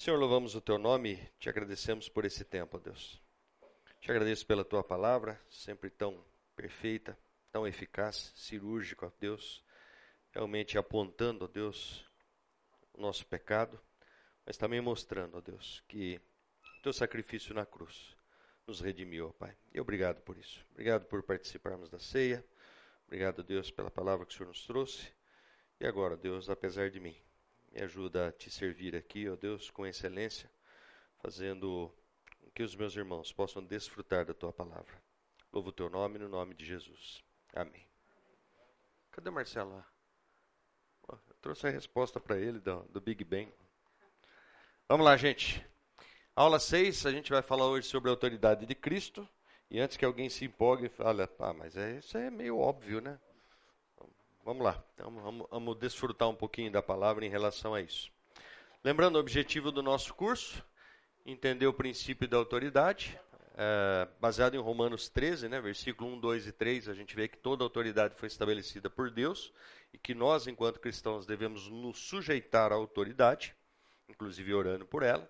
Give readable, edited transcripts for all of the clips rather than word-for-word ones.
Senhor, louvamos o Teu nome, te agradecemos por esse tempo, ó Deus. Te agradeço pela Tua palavra, sempre tão perfeita, tão eficaz, cirúrgica, ó Deus, realmente apontando, ó Deus, o nosso pecado, mas também mostrando, ó Deus, que o Teu sacrifício na cruz nos redimiu, ó Pai. E obrigado por isso. Obrigado por participarmos da ceia. Obrigado, Deus, pela palavra que o Senhor nos trouxe. E agora, Deus, apesar de mim, me ajuda a te servir aqui, ó Deus, com excelência, fazendo com que os meus irmãos possam desfrutar da Tua palavra. Louvo o Teu nome, no nome de Jesus. Amém. Cadê o Marcelo lá? Eu trouxe a resposta para ele do Big Bang. Vamos lá, gente. Aula 6, a gente vai falar hoje sobre a autoridade de Cristo. E antes que alguém se empolgue e fale, mas isso é meio óbvio, né? Vamos lá, então, vamos desfrutar um pouquinho da palavra em relação a isso. Lembrando o objetivo do nosso curso, entender o princípio da autoridade, baseado em Romanos 13, né, versículo 1, 2 e 3, a gente vê que toda autoridade foi estabelecida por Deus e que nós, enquanto cristãos, devemos nos sujeitar à autoridade, inclusive orando por ela.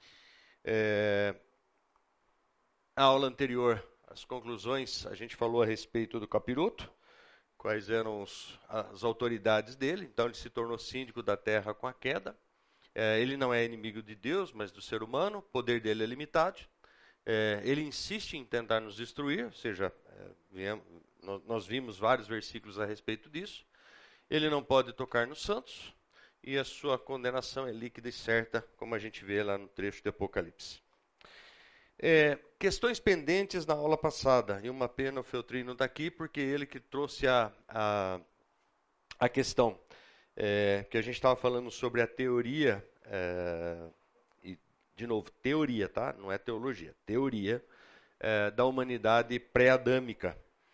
A aula anterior, as conclusões, a gente falou a respeito do capiroto, quais eram as autoridades dele. Então ele se tornou síndico da terra com a queda. Ele não é inimigo de Deus, mas do ser humano. O poder dele é limitado. Ele insiste em tentar nos destruir, ou seja, nós vimos vários versículos a respeito disso. Ele não pode tocar nos santos e a sua condenação é líquida e certa, como a gente vê lá no trecho de Apocalipse. Questões pendentes na aula passada, e uma pena o Feltrin não está aqui, porque ele que trouxe a questão que a gente estava falando sobre a teoria, e de novo, teoria, tá? Não é teologia, teoria da humanidade pré-adâmica.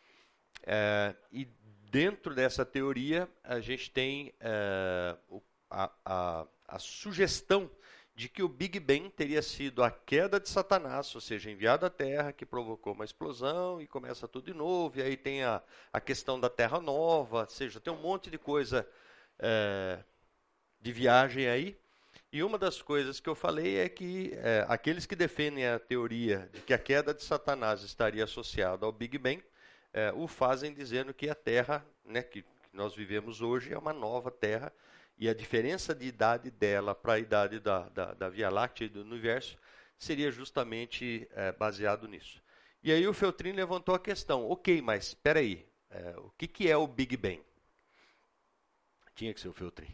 E dentro dessa teoria, a gente tem a sugestão de que o Big Bang teria sido a queda de Satanás, ou seja, enviado à Terra, que provocou uma explosão e começa tudo de novo, e aí tem a questão da Terra Nova, ou seja, tem um monte de coisa de viagem aí. E uma das coisas que eu falei é que aqueles que defendem a teoria de que a queda de Satanás estaria associada ao Big Bang, o fazem dizendo que a Terra, né, que nós vivemos hoje, é uma nova Terra, e a diferença de idade dela para a idade da Via Láctea e do universo seria justamente baseado nisso. E aí o Feltrin levantou a questão, ok, mas espera aí, o que é o Big Bang? Tinha que ser o Feltrin.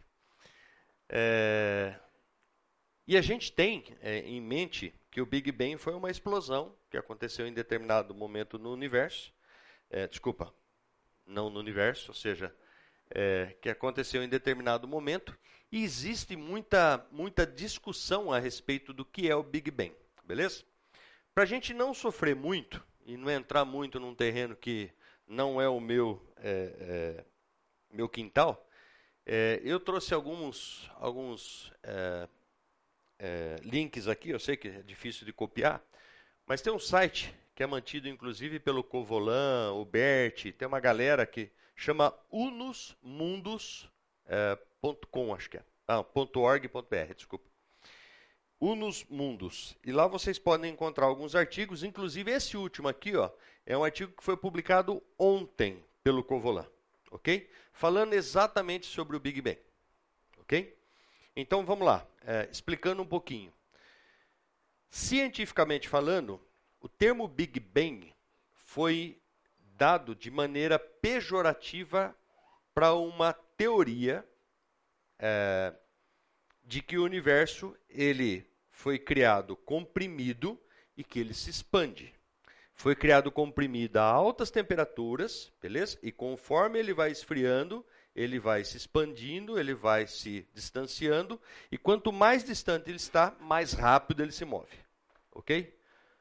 E a gente tem em mente que o Big Bang foi uma explosão que aconteceu em determinado momento no universo, não no universo, ou seja, que aconteceu em determinado momento, e existe muita discussão a respeito do que é o Big Bang, beleza? Para a gente não sofrer muito, e não entrar muito num terreno que não é o meu quintal, eu trouxe alguns links aqui, eu sei que é difícil de copiar, mas tem um site que é mantido inclusive pelo Covolan, o Bert, tem uma galera que chama unusmundos.com, acho que é. .org.br, desculpa. Unusmundos. E lá vocês podem encontrar alguns artigos, inclusive esse último aqui, ó, é um artigo que foi publicado ontem pelo Covolan, ok? Falando exatamente sobre o Big Bang, ok? Então vamos lá, explicando um pouquinho. Cientificamente falando, o termo Big Bang foi dado de maneira pejorativa para uma teoria de que o universo ele foi criado comprimido e que ele se expande. Foi criado comprimido a altas temperaturas, beleza? E conforme ele vai esfriando, ele vai se expandindo, ele vai se distanciando, e quanto mais distante ele está, mais rápido ele se move. Ok?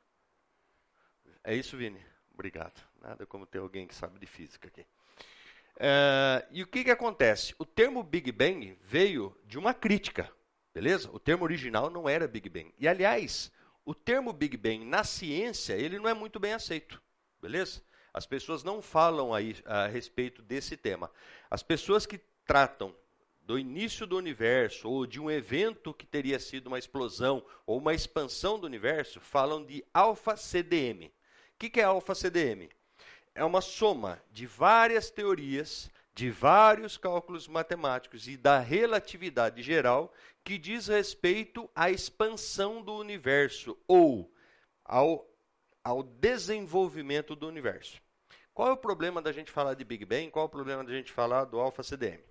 É isso, Vini? Obrigado. Nada como ter alguém que sabe de física aqui. E o que acontece? O termo Big Bang veio de uma crítica, beleza? O termo original não era Big Bang. E, aliás, o termo Big Bang na ciência, ele não é muito bem aceito, beleza? As pessoas não falam a respeito desse tema. As pessoas que tratam do início do universo, ou de um evento que teria sido uma explosão, ou uma expansão do universo, falam de alfa-CDM. O que é alfa-CDM? É uma soma de várias teorias, de vários cálculos matemáticos e da relatividade geral que diz respeito à expansão do universo, ou ao desenvolvimento do universo. Qual é o problema da gente falar de Big Bang? Qual é o problema da gente falar do alfa-CDM?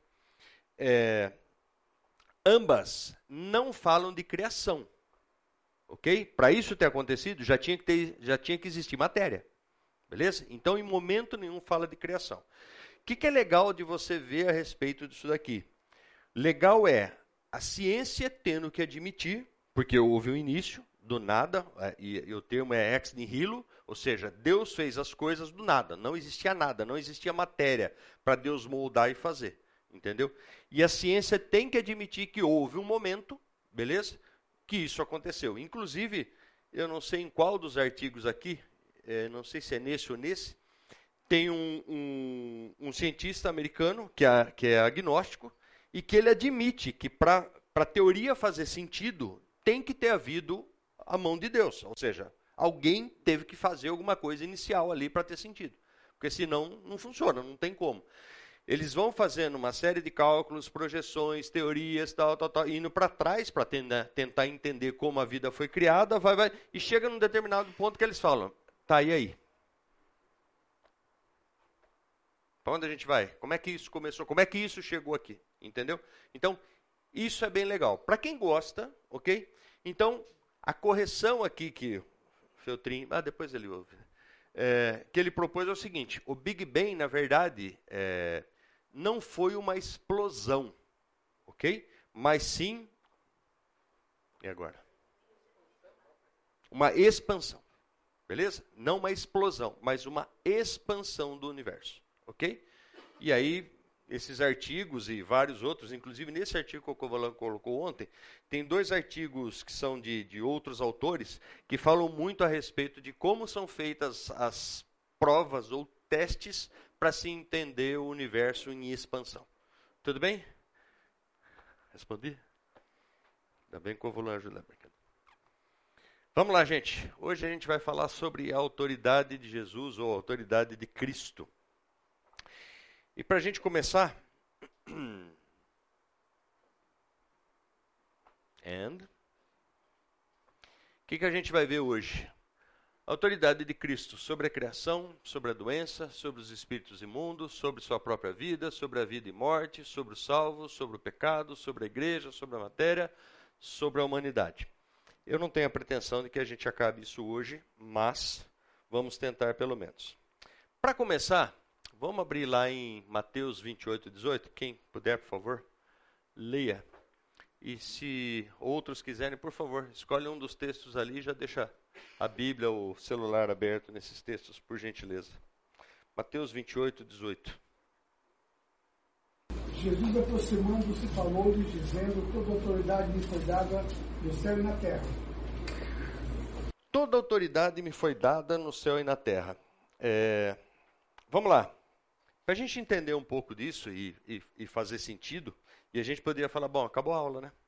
Ambas não falam de criação. Ok? Para isso ter acontecido, já tinha que existir matéria. Beleza? Então, em momento nenhum fala de criação. O que é legal de você ver a respeito disso daqui? Legal é a ciência tendo que admitir, porque houve um início do nada, e o termo é ex nihilo, ou seja, Deus fez as coisas do nada, não existia nada, não existia matéria para Deus moldar e fazer, entendeu? E a ciência tem que admitir que houve um momento, beleza? Que isso aconteceu. Inclusive, eu não sei em qual dos artigos aqui, não sei se é nesse ou nesse, tem um cientista americano que é agnóstico e que ele admite que para a teoria fazer sentido, tem que ter havido a mão de Deus. Ou seja, alguém teve que fazer alguma coisa inicial ali para ter sentido. Porque senão não funciona, não tem como. Eles vão fazendo uma série de cálculos, projeções, teorias, tal, indo para trás para tentar entender como a vida foi criada, vai, e chega num determinado ponto que eles falam, tá, e aí? Para onde a gente vai? Como é que isso começou? Como é que isso chegou aqui? Entendeu? Então, isso é bem legal. Para quem gosta, ok? Então, a correção aqui que o Feltrin... depois ele ouve. Que ele propôs é o seguinte, o Big Bang, na verdade, não foi uma explosão, ok? Mas sim... E agora? Uma expansão. Beleza? Não uma explosão, mas uma expansão do universo. Ok? E aí, esses artigos e vários outros, inclusive nesse artigo que o Covalan colocou ontem, tem 2 artigos que são de outros autores, que falam muito a respeito de como são feitas as provas ou testes para se entender o universo em expansão. Tudo bem? Respondi? Ainda bem que o Covalan ajuda. Vamos lá, gente. Hoje a gente vai falar sobre a autoridade de Jesus ou a autoridade de Cristo. E para a gente começar, o que a gente vai ver hoje? A autoridade de Cristo sobre a criação, sobre a doença, sobre os espíritos imundos, sobre sua própria vida, sobre a vida e morte, sobre os salvos, sobre o pecado, sobre a igreja, sobre a matéria, sobre a humanidade. Eu não tenho a pretensão de que a gente acabe isso hoje, mas vamos tentar pelo menos. Para começar, vamos abrir lá em Mateus 28, 18. Quem puder, por favor, leia. E se outros quiserem, por favor, escolhe um dos textos ali e já deixa a Bíblia ou o celular aberto nesses textos, por gentileza. Mateus 28, 18. Jesus, aproximando-se, falou-lhes, dizendo, toda autoridade me foi dada no céu e na terra. Toda autoridade me foi dada no céu e na terra. Vamos lá. Para a gente entender um pouco disso e fazer sentido, e a gente poderia falar, bom, acabou a aula, né?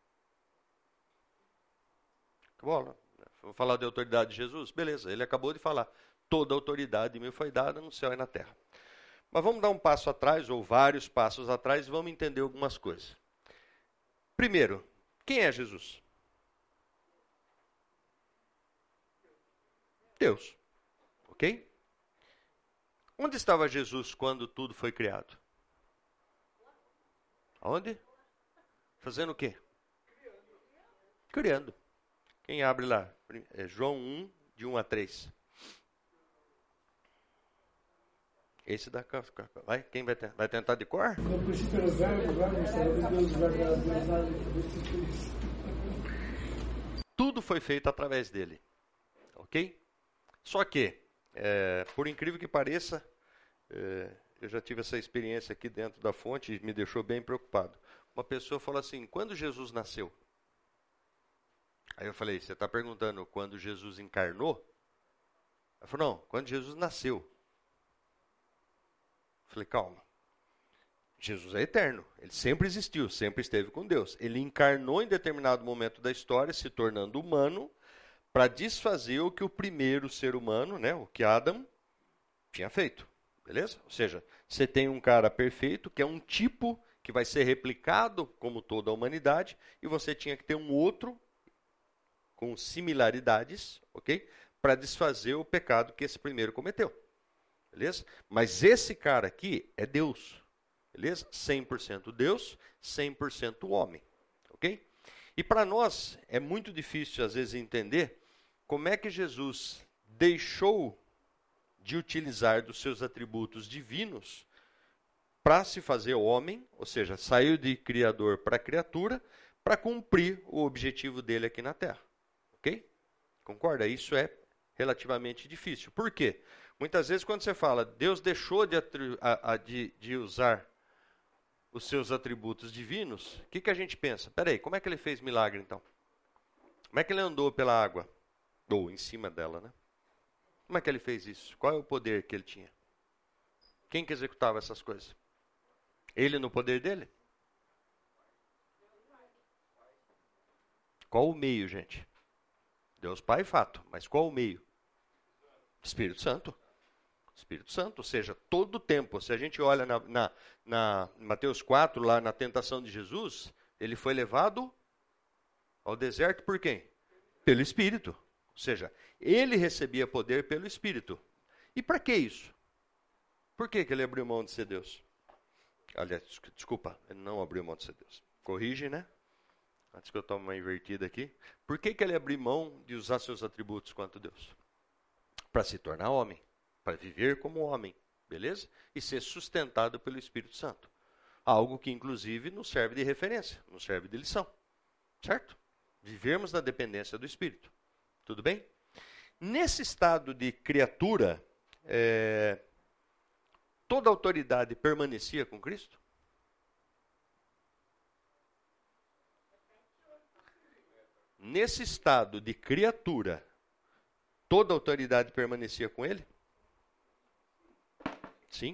Acabou a aula. Vamos falar de autoridade de Jesus? Beleza, ele acabou de falar. Toda autoridade me foi dada no céu e na terra. Mas vamos dar um passo atrás, ou vários passos atrás, e vamos entender algumas coisas. Primeiro, quem é Jesus? Deus. Ok? Onde estava Jesus quando tudo foi criado? Aonde? Fazendo o quê? Criando. Quem abre lá? É João 1, de 1 a 3. Esse da... Vai, quem vai tentar de cor? No princípio era o verbo, Deus, Tudo foi feito através dele. Ok? Só que, por incrível que pareça, eu já tive essa experiência aqui dentro da fonte e me deixou bem preocupado. Uma pessoa falou assim, quando Jesus nasceu? Aí eu falei, você está perguntando quando Jesus encarnou? Ela falou, não, quando Jesus nasceu. Eu falei, calma. Jesus é eterno, ele sempre existiu, sempre esteve com Deus. Ele encarnou em determinado momento da história, se tornando humano, para desfazer o que o primeiro ser humano, né, o que Adão, tinha feito. Beleza? Ou seja, você tem um cara perfeito, que é um tipo que vai ser replicado como toda a humanidade, e você tinha que ter um outro com similaridades, ok? Para desfazer o pecado que esse primeiro cometeu. Beleza? Mas esse cara aqui é Deus. Beleza? 100% Deus, 100% homem. Ok? E para nós é muito difícil às vezes entender como é que Jesus deixou de utilizar dos seus atributos divinos para se fazer homem, ou seja, saiu de criador para criatura, para cumprir o objetivo dele aqui na Terra. Ok? Concorda? Isso é relativamente difícil. Por quê? Muitas vezes quando você fala, Deus deixou de usar os seus atributos divinos, o que a gente pensa? Peraí, como é que ele fez milagre então? Como é que ele andou pela água? Ou em cima dela, né? Como é que ele fez isso? Qual é o poder que ele tinha? Quem que executava essas coisas? Ele no poder dele? Qual o meio, gente? Deus Pai, fato. Mas qual o meio? Espírito Santo. Espírito Santo, ou seja, todo o tempo. Se a gente olha na Mateus 4, lá na tentação de Jesus, ele foi levado ao deserto por quem? Pelo Espírito. Ou seja, ele recebia poder pelo Espírito. E para que isso? Por que ele abriu mão de ser Deus? Aliás, desculpa, ele não abriu mão de ser Deus. Corrige, né? Antes que eu tome uma invertida aqui. Por que ele abriu mão de usar seus atributos quanto Deus? Para se tornar homem. Para viver como homem. Beleza? E ser sustentado pelo Espírito Santo. Algo que, inclusive, nos serve de referência. Nos serve de lição. Certo? Vivermos na dependência do Espírito. Tudo bem? Nesse estado de criatura, toda a autoridade permanecia com Cristo? Nesse estado de criatura, toda a autoridade permanecia com ele? Sim.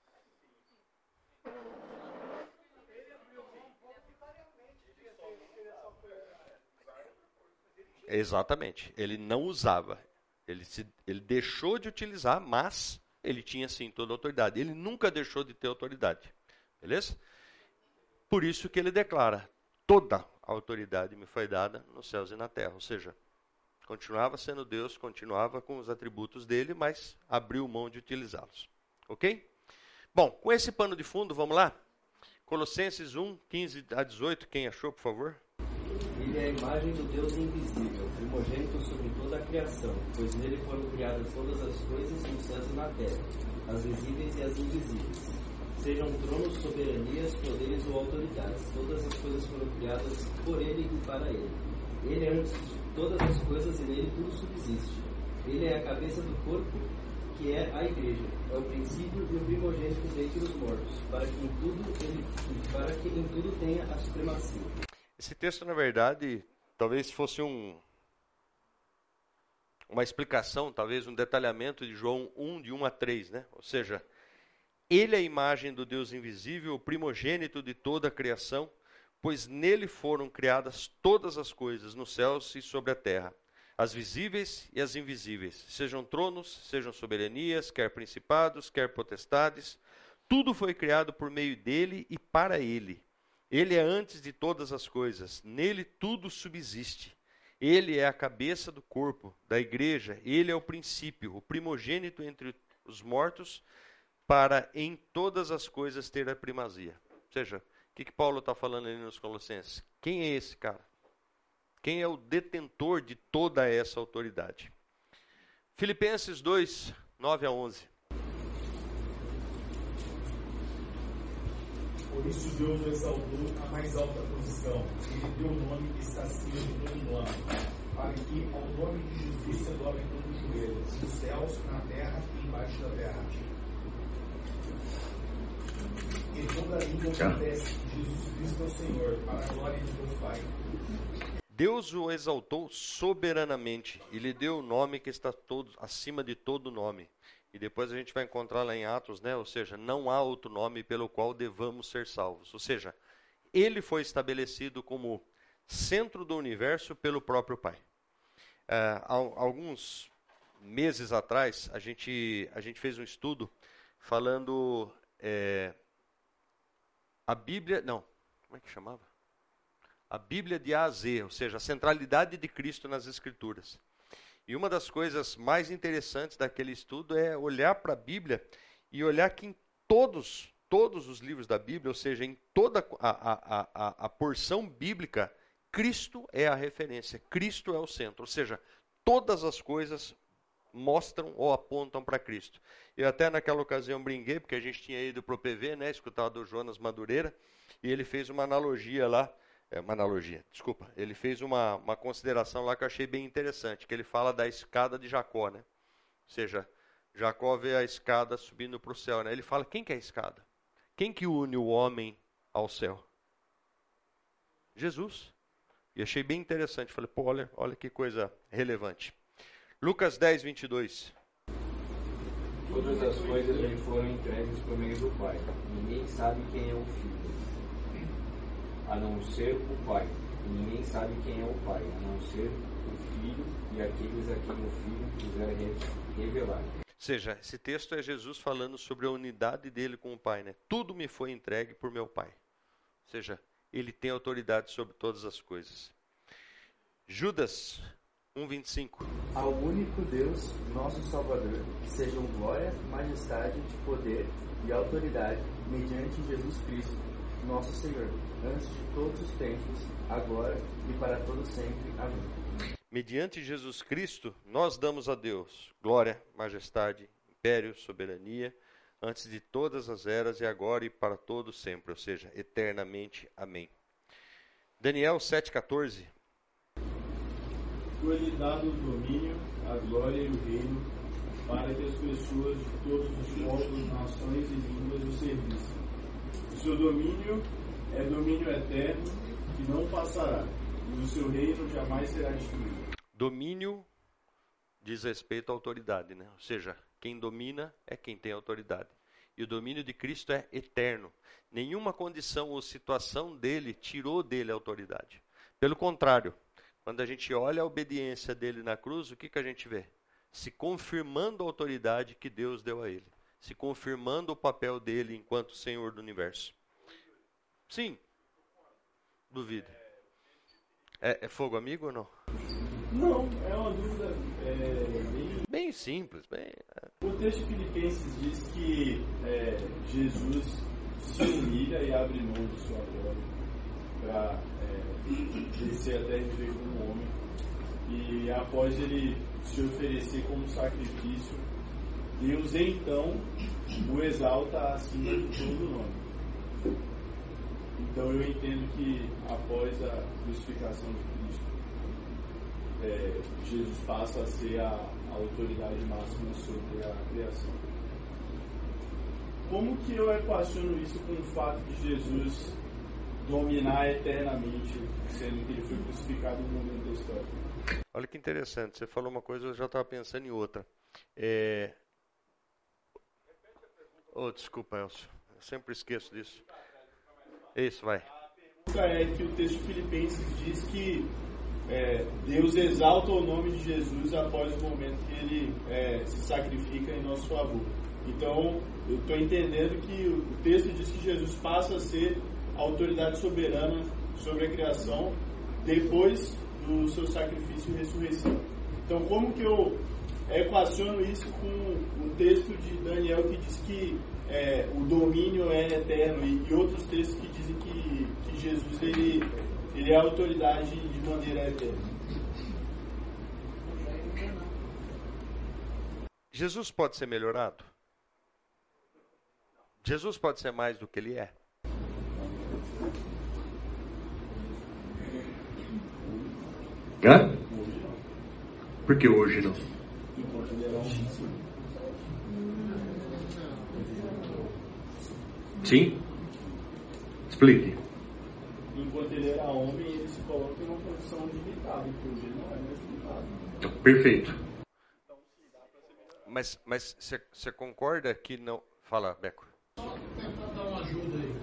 Exatamente. Ele não usava. Ele deixou de utilizar, mas ele tinha sim toda a autoridade. Ele nunca deixou de ter autoridade. Beleza? Por isso que ele declara, toda a autoridade me foi dada nos céus e na terra. Ou seja, continuava sendo Deus, continuava com os atributos dele, mas abriu mão de utilizá-los. Ok? Bom, com esse pano de fundo, vamos lá? Colossenses 1, 15 a 18, quem achou, por favor? Ele é a imagem do Deus invisível, primogênito sobre toda a criação, pois nele foram criadas todas as coisas nos céus e na terra, as visíveis e as invisíveis. Sejam tronos, soberanias, poderes ou autoridades, todas as coisas foram criadas por ele e para ele. Ele é antes de todas as coisas e nele tudo subsiste. Ele é a cabeça do corpo, que é a igreja. É o princípio e o primogênito dentre os mortos, para que em tudo tenha a supremacia. Esse texto, na verdade, talvez fosse uma explicação, talvez um detalhamento de João 1, de 1 a 3, né? Ou seja, ele é a imagem do Deus invisível, o primogênito de toda a criação, pois nele foram criadas todas as coisas, nos céus e sobre a terra, as visíveis e as invisíveis, sejam tronos, sejam soberanias, quer principados, quer potestades, tudo foi criado por meio dele e para ele. Ele é antes de todas as coisas, nele tudo subsiste. Ele é a cabeça do corpo, da igreja, ele é o princípio, o primogênito entre os mortos, para em todas as coisas ter a primazia. Ou seja, o que Paulo está falando ali nos Colossenses? Quem é esse cara? Quem é o detentor de toda essa autoridade? Filipenses 2, 9 a 11. Por isso Deus o exaltou à mais alta posição. Ele deu o nome que está acima de todo nome, para que ao nome de Jesus se dobre todo o joelho, nos céus, na terra e embaixo da terra. E toda língua confesse que Jesus Cristo é o Senhor, para a glória de Deus Pai. Deus o exaltou soberanamente e lhe deu o nome que está acima de todo nome. E depois a gente vai encontrar lá em Atos, né? Ou seja, não há outro nome pelo qual devamos ser salvos. Ou seja, ele foi estabelecido como centro do universo pelo próprio Pai. Alguns meses atrás, a gente fez um estudo falando a Bíblia, não, como é que chamava? A Bíblia de A a Z, ou seja, a centralidade de Cristo nas Escrituras. E uma das coisas mais interessantes daquele estudo é olhar para a Bíblia e olhar que em todos os livros da Bíblia, ou seja, em toda a porção bíblica, Cristo é a referência, Cristo é o centro. Ou seja, todas as coisas mostram ou apontam para Cristo. Eu até naquela ocasião brinquei, porque a gente tinha ido para o PV, né, escutado o Jonas Madureira, e ele fez uma analogia lá, ele fez uma consideração lá que eu achei bem interessante, que ele fala da escada de Jacó, né? Ou seja, Jacó vê a escada subindo para o céu, né? Ele fala, quem que é a escada? Quem que une o homem ao céu? Jesus. E achei bem interessante, falei, pô, olha que coisa relevante. Lucas 10, 22. Todas as coisas me foram entregues por meio do Pai. Ninguém sabe quem é o Filho, a não ser o Pai. E ninguém sabe quem é o Pai, a não ser o Filho e aqueles a quem o Filho quiser revelar. Ou seja, esse texto é Jesus falando sobre a unidade dele com o Pai, né? Tudo me foi entregue por meu Pai. Ou seja, ele tem autoridade sobre todas as coisas. Judas 1:25. Ao único Deus, nosso Salvador, sejam glória, majestade, poder e autoridade mediante Jesus Cristo, nosso Senhor, antes de todos os tempos, agora e para todo sempre. Amém. Mediante Jesus Cristo, nós damos a Deus glória, majestade, império, soberania, antes de todas as eras e agora e para todo sempre, ou seja, eternamente. Amém. Daniel 7,14. Foi-lhe dado o domínio, a glória e o reino, para que as pessoas de todos os povos, nações e línguas o servissem. O seu domínio é domínio eterno, que não passará, e o seu reino jamais será destruído. Domínio diz respeito à autoridade, né? Ou seja, quem domina é quem tem autoridade. E o domínio de Cristo é eterno. Nenhuma condição ou situação dele tirou dele a autoridade. Pelo contrário, quando a gente olha a obediência dele na cruz, o que a gente vê? Se confirmando a autoridade que Deus deu a ele. Se confirmando o papel dele enquanto Senhor do universo. Sim. Duvido. É fogo amigo ou não? Não, é uma dúvida bem simples. O texto de Filipenses diz que Jesus se humilha e abre mão de sua glória para descer até viver como homem. E após ele se oferecer como sacrifício, Deus então o exalta acima de todo nome. Então eu entendo que após a crucificação de Cristo, Jesus passa a ser a autoridade máxima sobre a criação. Como que eu equaciono isso com o fato de Jesus dominar eternamente, sendo que ele foi crucificado no momento da história? Olha que interessante, você falou uma coisa, eu já estava pensando em outra. Desculpa, Elcio, eu sempre esqueço disso. Isso, vai. A pergunta é que o texto de Filipenses diz que Deus exalta o nome de Jesus após o momento que ele se sacrifica em nosso favor. Então, eu estou entendendo que o texto diz que Jesus passa a ser a autoridade soberana sobre a criação depois do seu sacrifício e ressurreição. Então, como que eu equaciono isso com o texto de Daniel que diz que o domínio é eterno e outros textos que dizem que Jesus ele é a autoridade de maneira eterna? Jesus pode ser melhorado? Jesus pode ser mais do que ele é? Hã? Por que hoje não? Sim? Explique. Enquanto ele era homem, ele se coloca em uma condição limitada, que hoje ele não é mais limitado. Perfeito. Mas você concorda que não... Fala, Beco. Só tentar dar uma ajuda aí.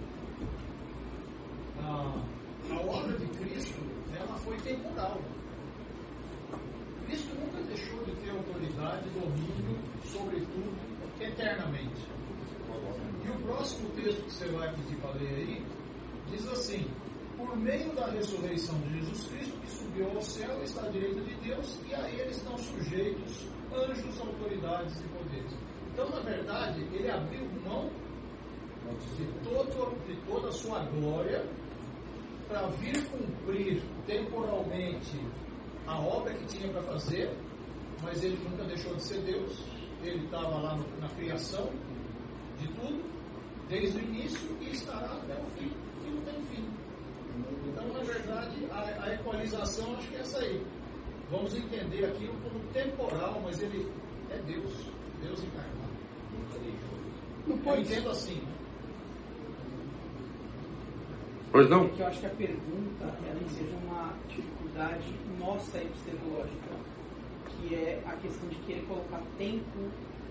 A obra de Cristo, ela foi temporal. Cristo nunca deixou de ter autoridade e domínio sobre tudo eternamente. E o próximo texto que você vai pedir para ler aí, diz assim: por meio da ressurreição de Jesus Cristo, que subiu ao céu, está à direita de Deus, e a ele estão sujeitos anjos, autoridades e poderes. Então, na verdade, ele abriu mão de toda a sua glória para vir cumprir temporalmente a obra que tinha para fazer, mas ele nunca deixou de ser Deus. Ele estava lá na criação de tudo, desde o início, e estará até o fim, que não tem fim. Então, na verdade, a equalização acho que é essa aí. Vamos entender aquilo como temporal, mas ele é Deus, Deus encarnado. Nunca deixou. Não pode ser assim. Pois não? É que eu acho que a pergunta ela seja uma dificuldade nossa epistemológica, que é a questão de querer colocar tempo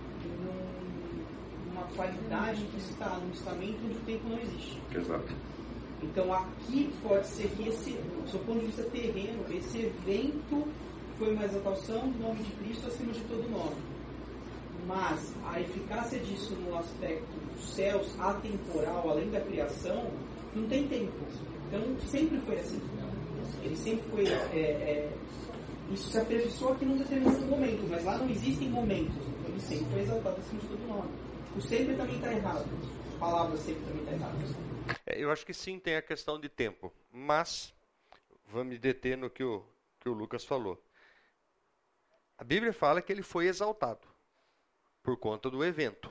numa qualidade que está num estamento onde o tempo não existe. Exato. Então aqui pode ser que do seu ponto de vista terreno, esse evento foi uma exaltação do nome de Cristo acima de todo nome. Mas a eficácia disso no aspecto dos céus, atemporal, além da criação, não tem tempo. Então sempre foi assim. Ele sempre foi. Isso se aperfeiçoou aqui num determinado momento, mas lá não existem momentos. Então ele sempre foi exaltado acima de todo nome. O sempre também está errado. A palavra sempre também está errada. Eu acho que sim, tem a questão de tempo. Mas, vamos me deter no que o Lucas falou. A Bíblia fala que ele foi exaltado por conta do evento.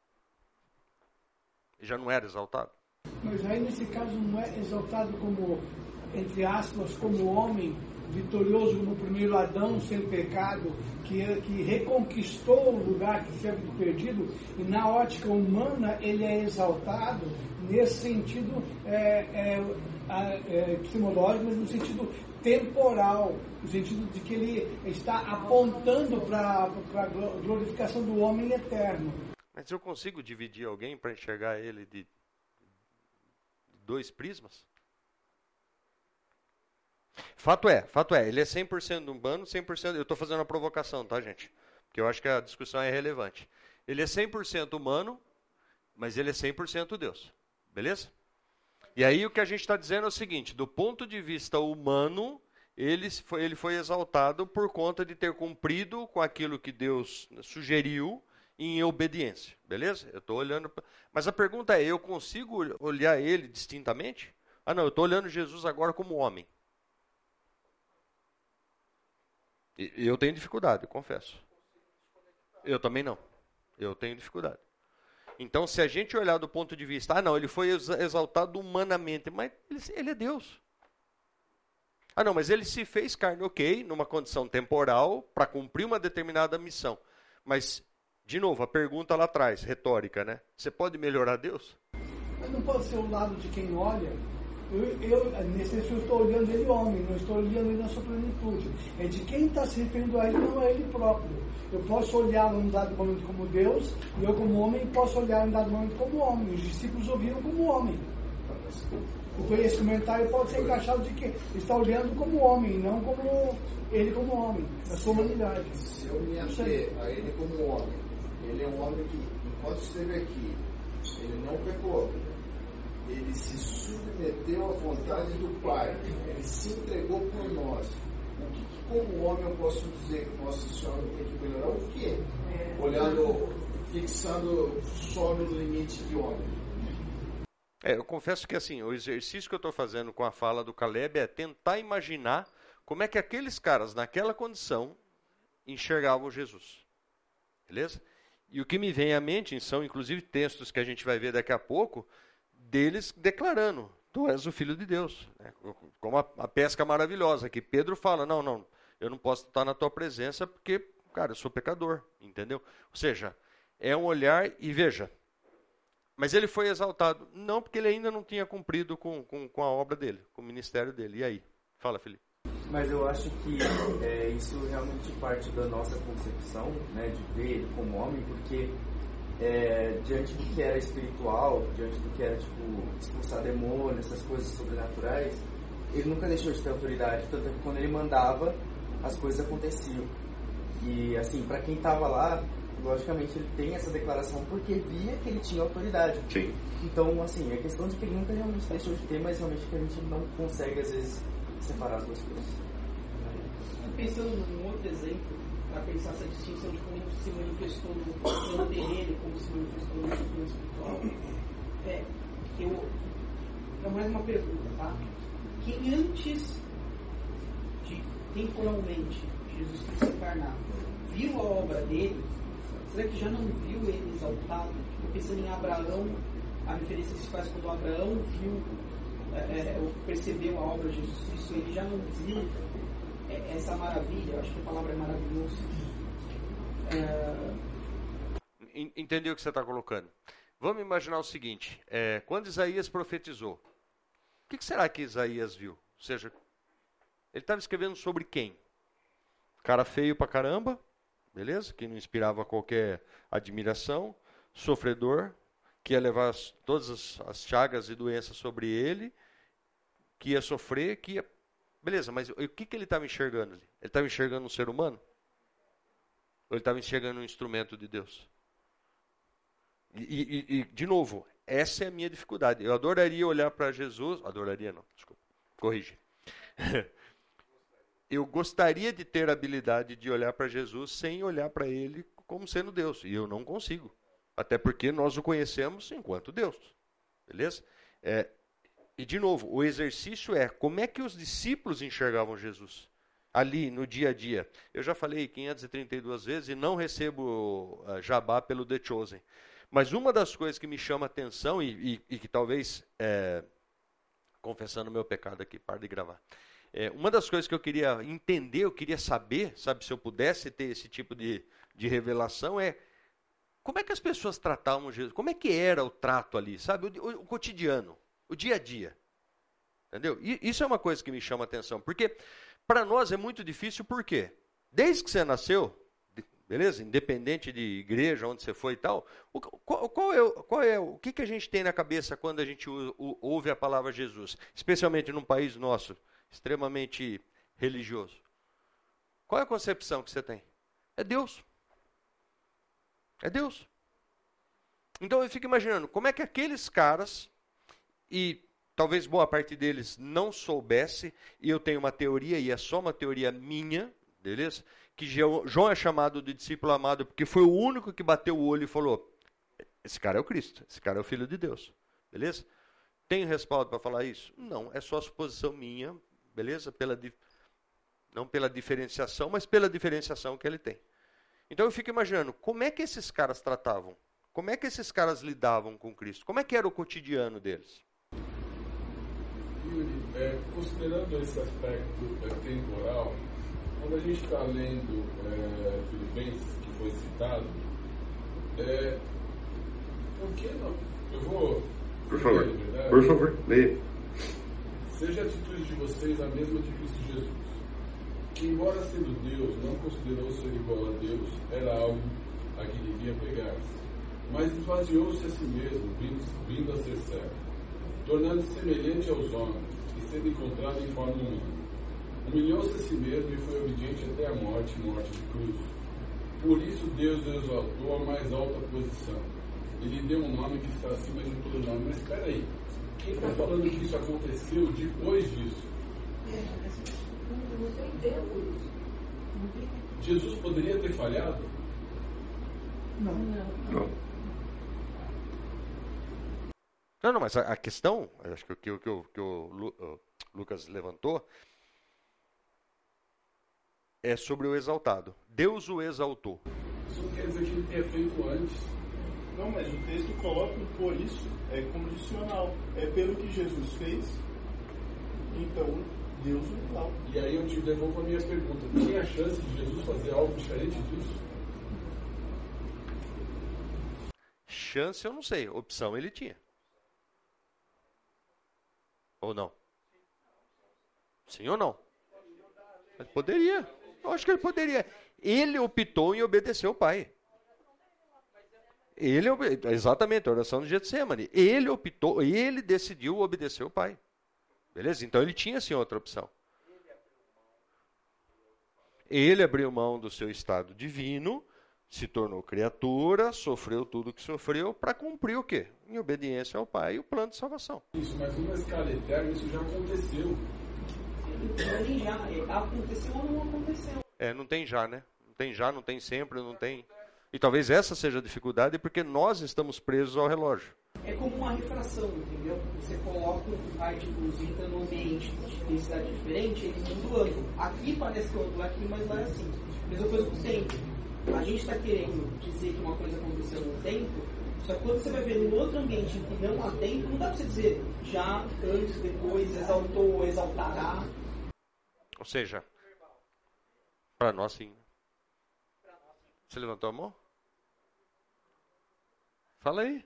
Ele já não era exaltado? Mas aí, nesse caso, não é exaltado como, entre aspas, como homem vitorioso como o primeiro Adão sem pecado, que reconquistou o lugar que sempre perdido, e na ótica humana ele é exaltado nesse sentido epistemológico, mas no sentido temporal, no sentido de que ele está apontando para a glorificação do homem eterno. Mas eu consigo dividir alguém para enxergar ele de dois prismas? Fato é, ele é 100% humano, 100%... Eu estou fazendo uma provocação, tá, gente? Porque eu acho que a discussão é relevante. Ele é 100% humano, mas ele é 100% Deus. Beleza? E aí o que a gente está dizendo é o seguinte: do ponto de vista humano, ele foi exaltado por conta de ter cumprido com aquilo que Deus sugeriu em obediência. Beleza? Eu estou olhando... Mas a pergunta é, eu consigo olhar ele distintamente? Ah, não, eu estou olhando Jesus agora como homem. E eu tenho dificuldade, eu confesso. Eu também não. Eu tenho dificuldade. Então, se a gente olhar do ponto de vista, não, ele foi exaltado humanamente, mas ele é Deus. Ah, não, mas ele se fez carne, ok, numa condição temporal, para cumprir uma determinada missão. Mas, de novo, a pergunta lá atrás, retórica, né? Você pode melhorar Deus? Mas não pode ser o lado de quem olha. Nesse eu estou olhando ele homem, não estou olhando ele na sua plenitude. É de quem está se referindo a ele, não a ele próprio. Eu posso olhar num dado momento como Deus, e eu como homem posso olhar num dado momento como homem. Os discípulos ouviram como homem. Então esse comentário pode ser encaixado de que está olhando como homem, não como ele como homem, na sua humanidade. Se eu me ater a ele como homem, ele é um homem que, enquanto esteve aqui, ele não pecou. Ele se submeteu à vontade do Pai. Ele se entregou por nós. O que como homem, eu posso dizer que Nossa Senhora tem que melhorar? O quê? Fixando só no limite de homem. Eu confesso que assim, o exercício que eu estou fazendo com a fala do Caleb é tentar imaginar como é que aqueles caras, naquela condição, enxergavam Jesus. Beleza? E o que me vem à mente são, inclusive, textos que a gente vai ver daqui a pouco, deles declarando, tu és o Filho de Deus. Né? Como a pesca maravilhosa, que Pedro fala, não, eu não posso estar na tua presença porque, cara, eu sou pecador, entendeu? Ou seja, é um olhar e veja, mas ele foi exaltado, não porque ele ainda não tinha cumprido com a obra dele, com o ministério dele. E aí? Fala, Felipe. Mas eu acho que isso realmente parte da nossa concepção, né, de ver ele como homem, porque diante do que era espiritual, diante do que era tipo expulsar demônios, essas coisas sobrenaturais, ele nunca deixou de ter autoridade, tanto que quando ele mandava, as coisas aconteciam. E assim, para quem estava lá, logicamente ele tem essa declaração porque via que ele tinha autoridade. Sim. Então, assim, é questão de que ele nunca realmente deixou de ter, mas realmente que a gente não consegue, às vezes, separar as duas coisas. Pensando num outro exemplo, para pensar essa distinção de como se manifestou no plano terreno e como se manifestou no plano espiritual, é mais uma pergunta, tá? Quem antes de, temporalmente, Jesus Cristo encarnar, viu a obra dele, será que já não viu ele exaltado? Pensando em Abraão, a referência que se faz quando Abraão viu, percebeu a obra de Jesus Cristo, ele já não viu essa maravilha? Eu acho que a palavra é maravilhoso. Entendeu o que você está colocando? Vamos imaginar o seguinte, quando Isaías profetizou, o que será que Isaías viu? Ou seja, ele estava escrevendo sobre quem? Cara feio pra caramba, beleza? Que não inspirava qualquer admiração, sofredor, que ia levar todas as chagas e doenças sobre ele, que ia sofrer, que ia... Beleza, mas o que ele estava enxergando ali? Ele estava enxergando um ser humano? Ou ele estava enxergando um instrumento de Deus? E, de novo, essa é a minha dificuldade. Eu adoraria olhar para Jesus... Adoraria não, desculpa. Corrige. Eu gostaria de ter a habilidade de olhar para Jesus sem olhar para ele como sendo Deus. E eu não consigo. Até porque nós o conhecemos enquanto Deus. Beleza? E de novo, o exercício como é que os discípulos enxergavam Jesus? Ali, no dia a dia. Eu já falei 532 vezes e não recebo jabá pelo The Chosen. Mas uma das coisas que me chama a atenção e que talvez, confessando o meu pecado aqui, para de gravar. Uma das coisas que eu queria entender, eu queria saber, sabe, se eu pudesse ter esse tipo de revelação, como é que as pessoas tratavam Jesus? Como é que era o trato ali, sabe? O cotidiano, o dia a dia. Entendeu? E isso é uma coisa que me chama a atenção. Porque para nós é muito difícil, por quê? Desde que você nasceu, beleza? Independente de igreja, onde você foi e tal, o que a gente tem na cabeça quando a gente ouve a palavra Jesus? Especialmente num país nosso, extremamente religioso. Qual é a concepção que você tem? É Deus. É Deus. Então eu fico imaginando, como é que aqueles caras, e talvez boa parte deles não soubesse, e eu tenho uma teoria, e é só uma teoria minha, beleza? Que João é chamado de discípulo amado, porque foi o único que bateu o olho e falou, esse cara é o Cristo, esse cara é o Filho de Deus, beleza? Tem respaldo para falar isso? Não, é só suposição minha, beleza? Não pela diferenciação, mas pela diferenciação que ele tem. Então eu fico imaginando, como é que esses caras tratavam? Como é que esses caras lidavam com Cristo? Como é que era o cotidiano deles? Yuri, considerando esse aspecto temporal, quando a gente está lendo Filipenses, que foi citado, por que não? Eu vou... Por favor, por favor, leia. Seja a atitude de vocês a mesma de Cristo Jesus, que, embora sendo Deus, não considerou ser igual a Deus, era algo a que devia pegar-se, mas esvaziou-se a si mesmo, vindo a ser servo, tornando-se semelhante aos homens, e sendo encontrado em forma humana. Humilhou-se a si mesmo e foi obediente até a morte de cruz. Por isso Deus o exaltou à mais alta posição. Ele deu um nome que está acima de todo nome. Mas espera aí, quem está falando que isso aconteceu depois disso? Não tem tempo isso. Jesus poderia ter falhado? Não. Não, mas a questão, acho que o Lucas levantou, é sobre o exaltado. Deus o exaltou. Isso não quer dizer que ele tenha feito antes. Não, mas o texto coloca por isso, condicional. É pelo que Jesus fez, então Deus o exalta. E aí eu te devolvo a minha pergunta. Tinha a chance de Jesus fazer algo diferente disso? Chance eu não sei, opção ele tinha. Ou não? Sim ou não? Ele poderia. Eu acho que ele poderia. Ele optou em obedecer o pai. Exatamente, a oração do Getsemane. Ele optou, ele decidiu obedecer o pai. Beleza? Então ele tinha sim outra opção. Ele abriu mão do seu estado divino, se tornou criatura, sofreu tudo o que sofreu para cumprir o quê? Em obediência ao pai e o plano de salvação. Isso, mas numa escala eterna isso já aconteceu. Já aconteceu ou não aconteceu? Não tem já, né? Não tem já, não tem sempre, não tem... E talvez essa seja a dificuldade, porque nós estamos presos ao relógio. É como uma refração, entendeu? Você coloca um raio de luz entra num ambiente de intensidade diferente, ele muda o ângulo. Aqui parece que o ângulo é aqui, mas lá é assim. Mesma coisa com o tempo. A gente está querendo dizer que uma coisa aconteceu no tempo, só que quando você vai ver num outro ambiente em que não há tempo, não dá para você dizer já, antes, depois, exaltou, exaltará. Ou seja, para nós sim. Você levantou a mão? Fala aí.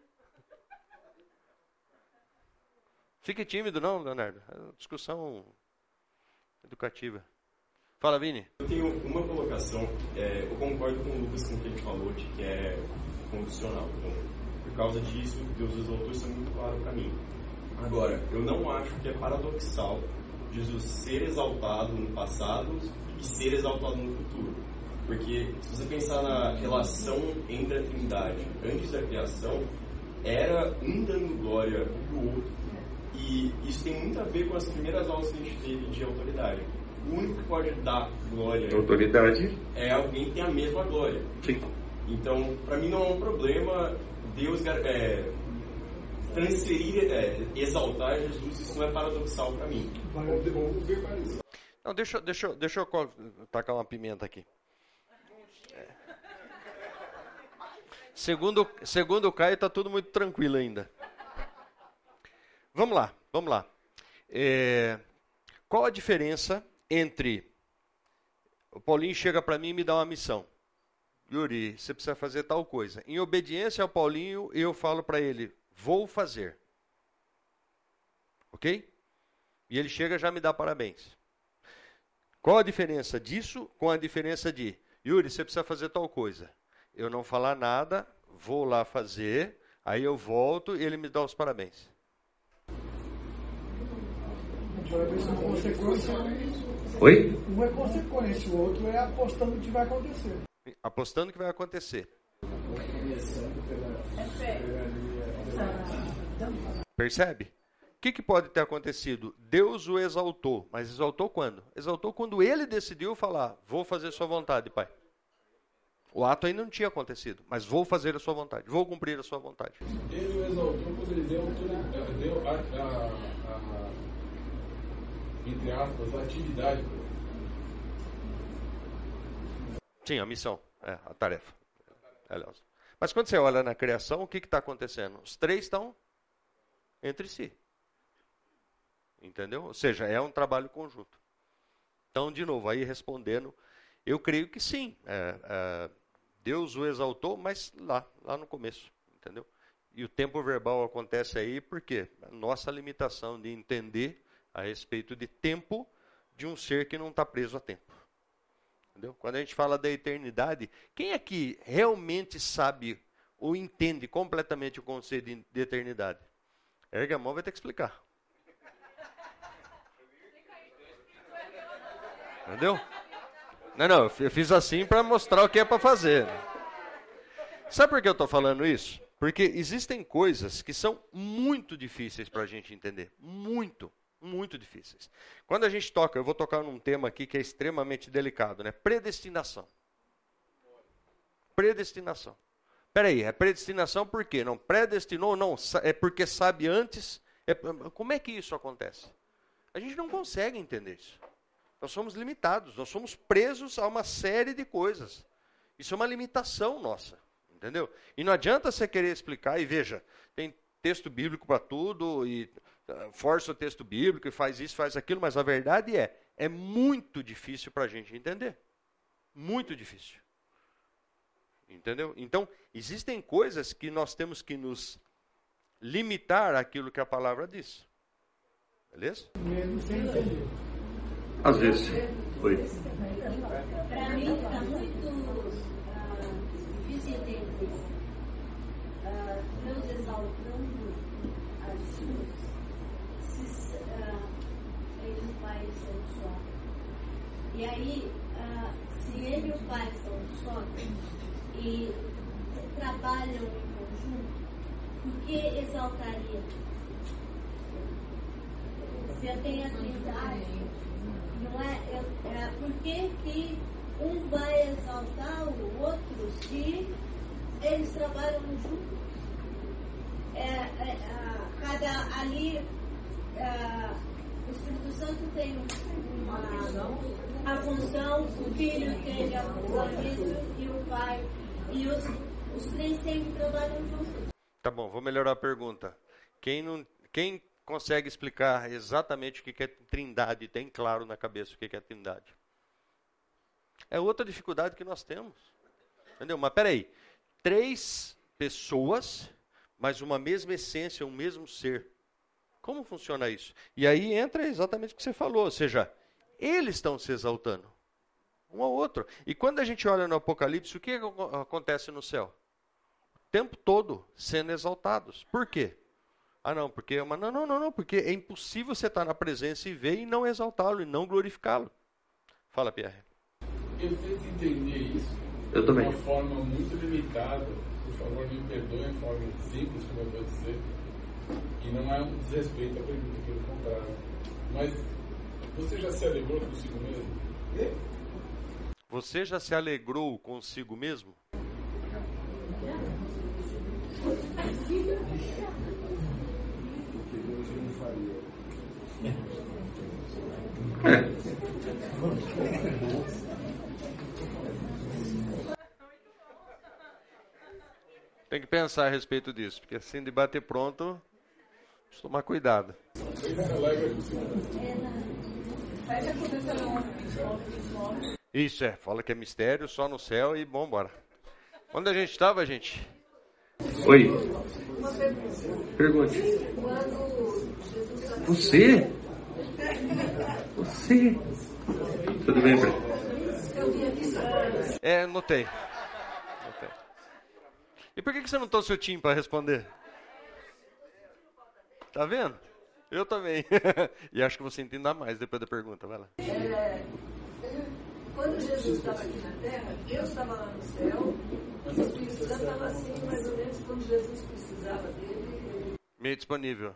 Fique tímido não, Leonardo. É uma discussão educativa. Fala, Vini. Eu tenho uma colocação. Eu concordo com o Lucas com o que ele falou, de que é condicional. Então, por causa disso, Deus exaltou, isso é muito claro para mim. Agora, eu não acho que é paradoxal Jesus ser exaltado no passado e ser exaltado no futuro. Porque, se você pensar na relação entre a Trindade, antes da criação, era um dando glória para o outro. E isso tem muito a ver com as primeiras aulas que a gente teve de autoridade. O único que pode dar glória autoridade é alguém que tem a mesma glória. Sim. Então, para mim não é um problema Deus transferir, exaltar Jesus, isso não é paradoxal para mim. Não, deixa eu tacar uma pimenta aqui. Segundo o Caio, está tudo muito tranquilo ainda. Vamos lá. Qual a diferença entre... O Paulinho chega para mim e me dá uma missão. Yuri, você precisa fazer tal coisa. Em obediência ao Paulinho, eu falo para ele, vou fazer. Ok? E ele chega e já me dá parabéns. Qual a diferença disso com a diferença de, Yuri, você precisa fazer tal coisa. Eu não falar nada, vou lá fazer, aí eu volto e ele me dá os parabéns. Oi? Um é consequência, o outro é apostando que vai acontecer. Apostando que vai acontecer. Percebe? O que pode ter acontecido? Deus o exaltou, mas exaltou quando? Exaltou quando ele decidiu falar, vou fazer sua vontade, Pai. O ato ainda não tinha acontecido, mas vou fazer a sua vontade, vou cumprir a sua vontade. Ele o exaltou quando ele deu entre aspas, a atividade. Sim, a missão, a tarefa. Mas quando você olha na criação, o que está acontecendo? Os três estão entre si. Entendeu? Ou seja, é um trabalho conjunto. Então, de novo, aí respondendo, eu creio que sim. Deus o exaltou, mas lá no começo. Entendeu? E o tempo verbal acontece aí porque a nossa limitação de entender a respeito de tempo de um ser que não está preso a tempo. Entendeu? Quando a gente fala da eternidade, quem aqui realmente sabe ou entende completamente o conceito de eternidade? Ergue a mão, vai ter que explicar. Entendeu? Não, eu fiz assim para mostrar o que é para fazer. Sabe por que eu estou falando isso? Porque existem coisas que são muito difíceis para a gente entender. Muito difíceis. Quando a gente toca, eu vou tocar num tema aqui que é extremamente delicado, né? Predestinação. Predestinação. Peraí, é predestinação por quê? Não predestinou, não, é porque sabe antes. Como é que isso acontece? A gente não consegue entender isso. Nós somos limitados, nós somos presos a uma série de coisas. Isso é uma limitação nossa, entendeu? E não adianta você querer explicar, e veja, tem texto bíblico para tudo, e força o texto bíblico, e faz isso, faz aquilo, mas a verdade é muito difícil para a gente entender. Muito difícil. Entendeu? Então, existem coisas que nós temos que nos limitar àquilo que a palavra diz. Beleza? Às vezes. Oi. Para mim está muito difícil entender. Deus exaltando a Jesus, se ele e o Pai são um só. E aí, se ele e o Pai são um só e trabalham em conjunto, por que exaltaria? Se eu tenho a Trindade, não é? Por que um vai exaltar o outro se eles trabalham juntos? Cada ali, o Espírito Santo tem a função, o Filho tem a função e o Pai, e os três sempre trabalham juntos. Tá bom, vou melhorar a pergunta. Quem consegue explicar exatamente o que é Trindade, tem claro na cabeça o que é Trindade? É outra dificuldade que nós temos. Entendeu? Mas peraí, 3 pessoas, mas uma mesma essência, um mesmo ser. Como funciona isso? E aí entra exatamente o que você falou, ou seja, eles estão se exaltando, um ao outro. E quando a gente olha no Apocalipse, o que acontece no céu? O tempo todo sendo exaltados. Por quê? Não, porque porque é impossível você estar na presença e ver e não exaltá-lo, e não glorificá-lo. Fala, Pierre. Eu tento entender isso de uma forma muito limitada. Por favor, me perdoe em forma simples, como eu vou dizer, que não é um desrespeito à pergunta, pelo contrário. Mas você já se alegrou consigo mesmo? Você já se alegrou consigo mesmo? Tem que pensar a respeito disso, porque assim de bater pronto, precisa tomar cuidado. Isso fala que é mistério, só no céu e bom, bora. Onde a gente estava, gente? Oi. Pergunte. Você? Tudo bem, Fred? Notei. E por que você não trouxe o Tim para responder? Tá vendo? Eu também. E acho que você entenda mais depois da pergunta. Vai lá. Quando Jesus estava aqui na Terra, Deus estava lá no céu, o Espírito Santo estava assim, mais ou menos, quando Jesus precisava dele. Meio disponível.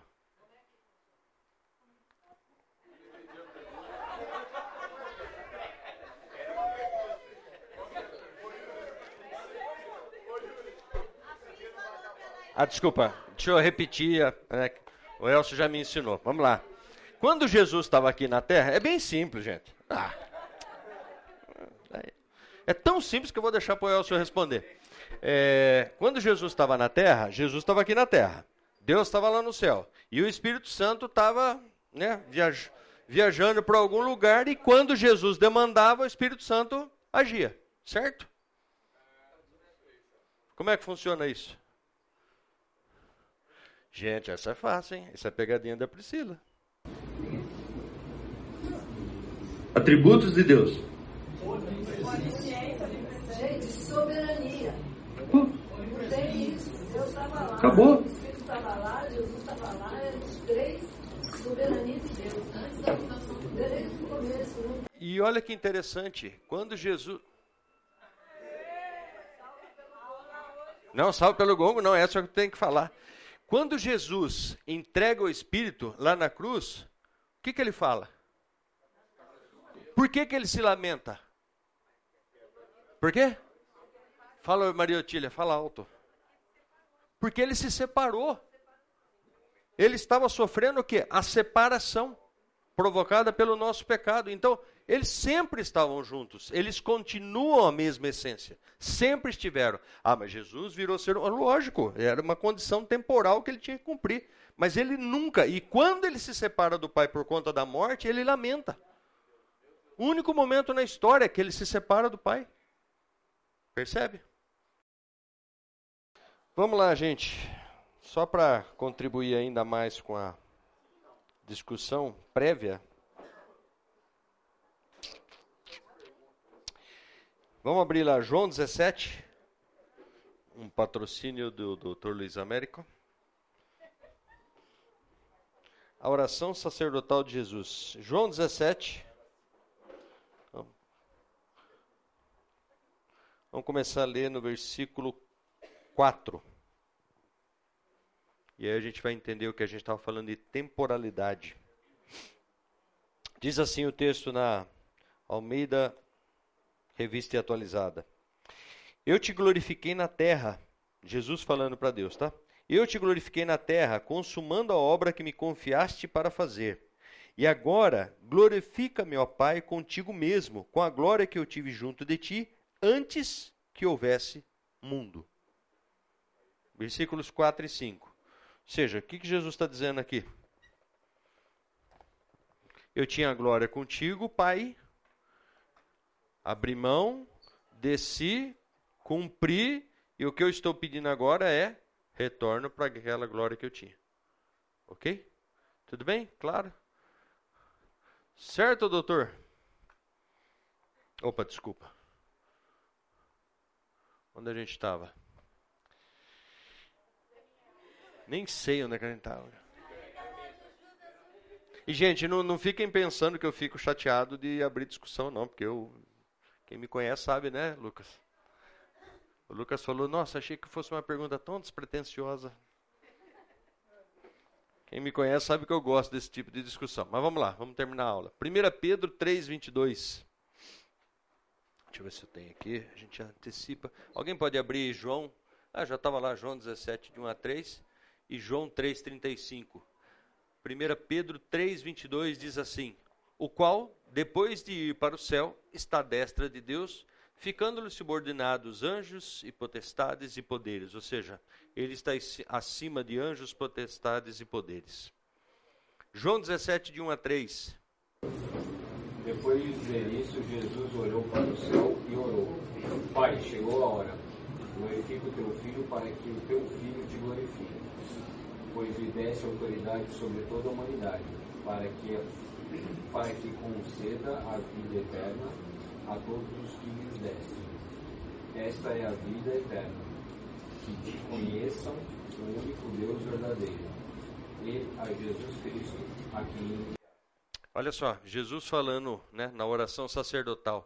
Desculpa, deixa eu repetir, o Elcio já me ensinou. Vamos lá. Quando Jesus estava aqui na Terra, é bem simples, gente. É tão simples que eu vou deixar para o Elcio responder. Quando Jesus estava na Terra, Jesus estava aqui na Terra. Deus estava lá no céu. E o Espírito Santo estava viajando para algum lugar, e quando Jesus demandava, o Espírito Santo agia. Certo? Como é que funciona isso? Gente, essa é fácil, hein? Essa é a pegadinha da Priscila. Atributos de Deus. Gente, soberania. Tem isso. Deus estava lá. Acabou? O Espírito estava lá, Jesus estava lá, eram os 3, soberania de Deus. Antes da fundação do desde o começo. Né? E olha que interessante, quando Jesus... Não, salve pelo gongo, não, essa é o que eu tenho que falar. Quando Jesus entrega o Espírito lá na cruz, o que ele fala? Por que ele se lamenta? Por quê? Fala, Maria Otília, fala alto. Porque ele se separou. Ele estava sofrendo o quê? A separação provocada pelo nosso pecado. Então, eles sempre estavam juntos. Eles continuam a mesma essência. Sempre estiveram. Mas Jesus virou ser... Lógico, era uma condição temporal que ele tinha que cumprir. Mas ele nunca... E quando ele se separa do Pai por conta da morte, ele lamenta. O único momento na história é que ele se separa do Pai. Percebe? Vamos lá, gente. Só para contribuir ainda mais com a discussão prévia. Vamos abrir lá João 17, um patrocínio do Dr. Luiz Américo. A oração sacerdotal de Jesus. João 17. Vamos começar a ler no versículo 4. E aí a gente vai entender o que a gente estava falando de temporalidade. Diz assim o texto na Almeida Revista e Atualizada. Eu te glorifiquei na terra, Jesus falando para Deus, tá? Eu te glorifiquei na terra, consumando a obra que me confiaste para fazer. E agora, glorifica-me, ó Pai, contigo mesmo, com a glória que eu tive junto de ti, antes que houvesse mundo. Versículos 4 e 5. Ou seja, o que Jesus está dizendo aqui? Eu tinha a glória contigo, Pai, abri mão, desci, cumpri, e o que eu estou pedindo agora é retorno para aquela glória que eu tinha. Ok? Tudo bem? Claro? Certo, doutor? Opa, desculpa. Onde a gente estava? Nem sei onde é que a gente estava. E, gente, não fiquem pensando que eu fico chateado de abrir discussão, não. Porque quem me conhece sabe, né, Lucas? O Lucas falou, nossa, achei que fosse uma pergunta tão despretensiosa. Quem me conhece sabe que eu gosto desse tipo de discussão. Mas vamos lá, vamos terminar a aula. 1 Pedro 3, 22. Deixa eu ver se eu tenho aqui, a gente antecipa. Alguém pode abrir João? Já estava lá, João 17, de 1 a 3. E João 3, 35. 1 Pedro 3, 22 diz assim, o qual, depois de ir para o céu, está à destra de Deus, ficando-lhe subordinados anjos e potestades e poderes. Ou seja, ele está acima de anjos, potestades e poderes. João 17, de 1 a 3. Depois de dizer isso, Jesus olhou para o céu e orou. Pai, chegou a hora. Glorifica o teu Filho para que o teu Filho te glorifique. Pois lhe desse autoridade sobre toda a humanidade, para que conceda a vida eterna a todos os que lhes deste. Esta é a vida eterna, que te conheçam o único Deus verdadeiro, e a Jesus Cristo, a quem... Olha só, Jesus falando, né, na oração sacerdotal.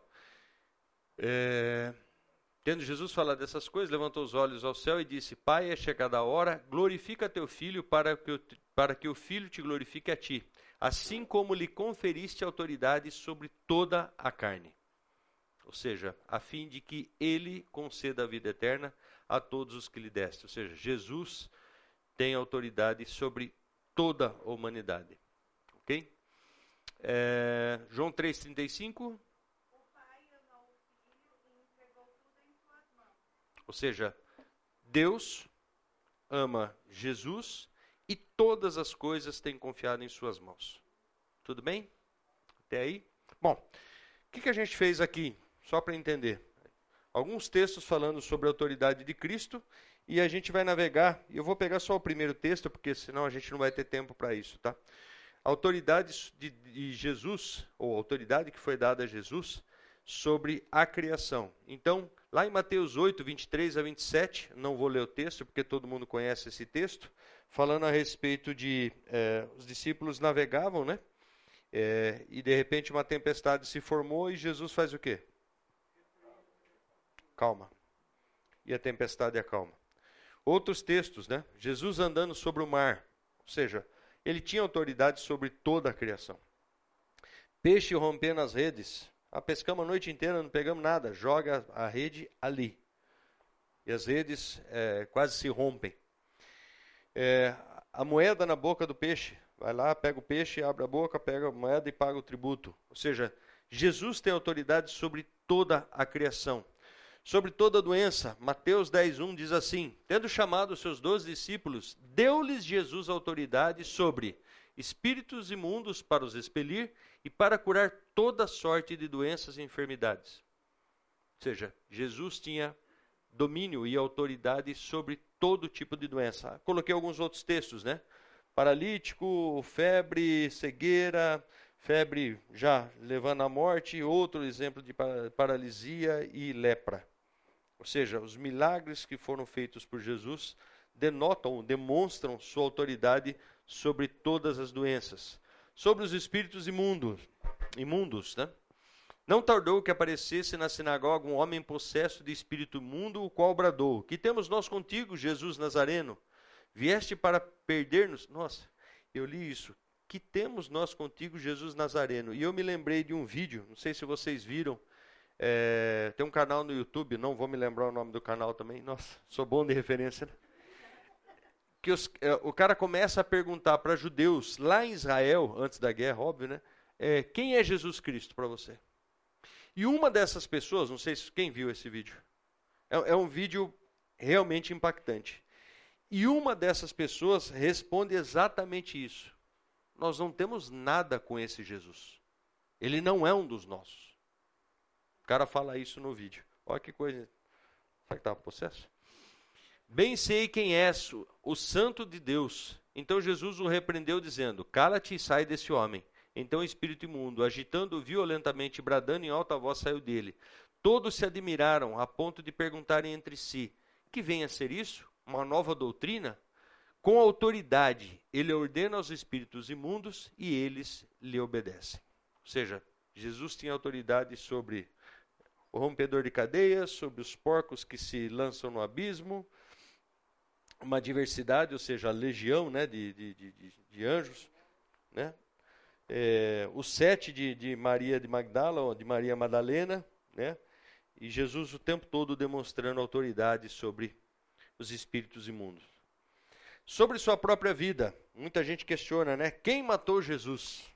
Tendo Jesus falado dessas coisas, levantou os olhos ao céu e disse, Pai, é chegada a hora, glorifica teu Filho para que o Filho te glorifique a ti, assim como lhe conferiste autoridade sobre toda a carne. Ou seja, a fim de que ele conceda a vida eterna a todos os que lhe deste. Ou seja, Jesus tem autoridade sobre toda a humanidade. Ok? João 3,35. Ou seja, Deus ama Jesus e todas as coisas têm confiado em suas mãos. Tudo bem? Até aí? Bom, o que a gente fez aqui? Só para entender. Alguns textos falando sobre a autoridade de Cristo e a gente vai navegar. E eu vou pegar só o primeiro texto, porque senão a gente não vai ter tempo para isso, tá? A autoridade de Jesus, ou a autoridade que foi dada a Jesus sobre a criação. Então, lá em Mateus 8, 23 a 27, não vou ler o texto, porque todo mundo conhece esse texto, falando a respeito de os discípulos navegavam, né? E de repente uma tempestade se formou e Jesus faz o quê? Calma. E a tempestade acalma. Outros textos, né? Jesus andando sobre o mar, ou seja, ele tinha autoridade sobre toda a criação. Peixe rompendo as redes. Pescamos a noite inteira, não pegamos nada. Joga a rede ali. E as redes quase se rompem. A moeda na boca do peixe. Vai lá, pega o peixe, abre a boca, pega a moeda e paga o tributo. Ou seja, Jesus tem autoridade sobre toda a criação. Sobre toda a doença. Mateus 10:1 diz assim, tendo chamado os seus 12 discípulos, deu-lhes Jesus autoridade sobre espíritos imundos para os expelir e para curar toda sorte de doenças e enfermidades. Ou seja, Jesus tinha domínio e autoridade sobre todo tipo de doença. Coloquei alguns outros textos, né? Paralítico, febre, cegueira, febre já levando à morte, outro exemplo de paralisia e lepra. Ou seja, os milagres que foram feitos por Jesus demonstram sua autoridade sobre todas as doenças. Sobre os espíritos imundos, né? Não tardou que aparecesse na sinagoga um homem possesso de espírito imundo, o qual bradou: que temos nós contigo, Jesus Nazareno? Vieste para perder-nos? Nossa, eu li isso. Que temos nós contigo, Jesus Nazareno? E eu me lembrei de um vídeo, não sei se vocês viram, tem um canal no YouTube, não vou me lembrar o nome do canal também. Nossa, sou bom de referência, né? Que o cara começa a perguntar para judeus lá em Israel, antes da guerra, óbvio, né? Quem é Jesus Cristo para você? E uma dessas pessoas, não sei se quem viu esse vídeo, é um vídeo realmente impactante. E uma dessas pessoas responde exatamente isso. Nós não temos nada com esse Jesus. Ele não é um dos nossos. O cara fala isso no vídeo. Olha que coisa. Será que estava possesso? Bem sei quem és, o santo de Deus. Então Jesus o repreendeu, dizendo: cala-te e sai desse homem. Então o espírito imundo, agitando-o violentamente, bradando em alta voz, saiu dele. Todos se admiraram, a ponto de perguntarem entre si: que vem a ser isso? Uma nova doutrina? Com autoridade, ele ordena aos espíritos imundos e eles lhe obedecem. Ou seja, Jesus tinha autoridade sobre o rompedor de cadeias, sobre os porcos que se lançam no abismo, uma diversidade, ou seja, a legião, né, de anjos, né? Os 7 de Maria de Magdala, ou de Maria Madalena, né? E Jesus o tempo todo demonstrando autoridade sobre os espíritos imundos. Sobre sua própria vida, muita gente questiona, né? Quem matou Jesus?